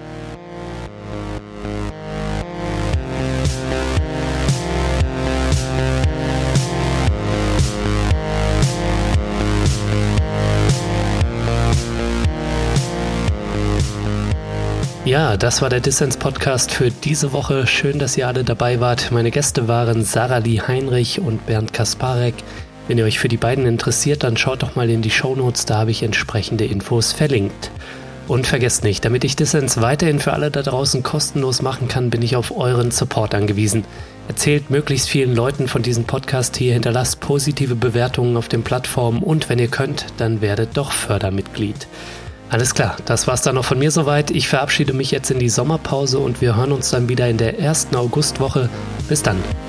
Ja, das war der Dissens-Podcast für diese Woche. Schön, dass ihr alle dabei wart. Meine Gäste waren Saralie Heinrich und Bernd Kasparek. Wenn ihr euch für die beiden interessiert, dann schaut doch mal in die Shownotes, da habe ich entsprechende Infos verlinkt. Und vergesst nicht, damit ich Dissens weiterhin für alle da draußen kostenlos machen kann, bin ich auf euren Support angewiesen. Erzählt möglichst vielen Leuten von diesem Podcast hier, hinterlasst positive Bewertungen auf den Plattformen und wenn ihr könnt, dann werdet doch Fördermitglied. Alles klar, das war's dann noch von mir soweit. Ich verabschiede mich jetzt in die Sommerpause und wir hören uns dann wieder in der ersten Augustwoche. Bis dann.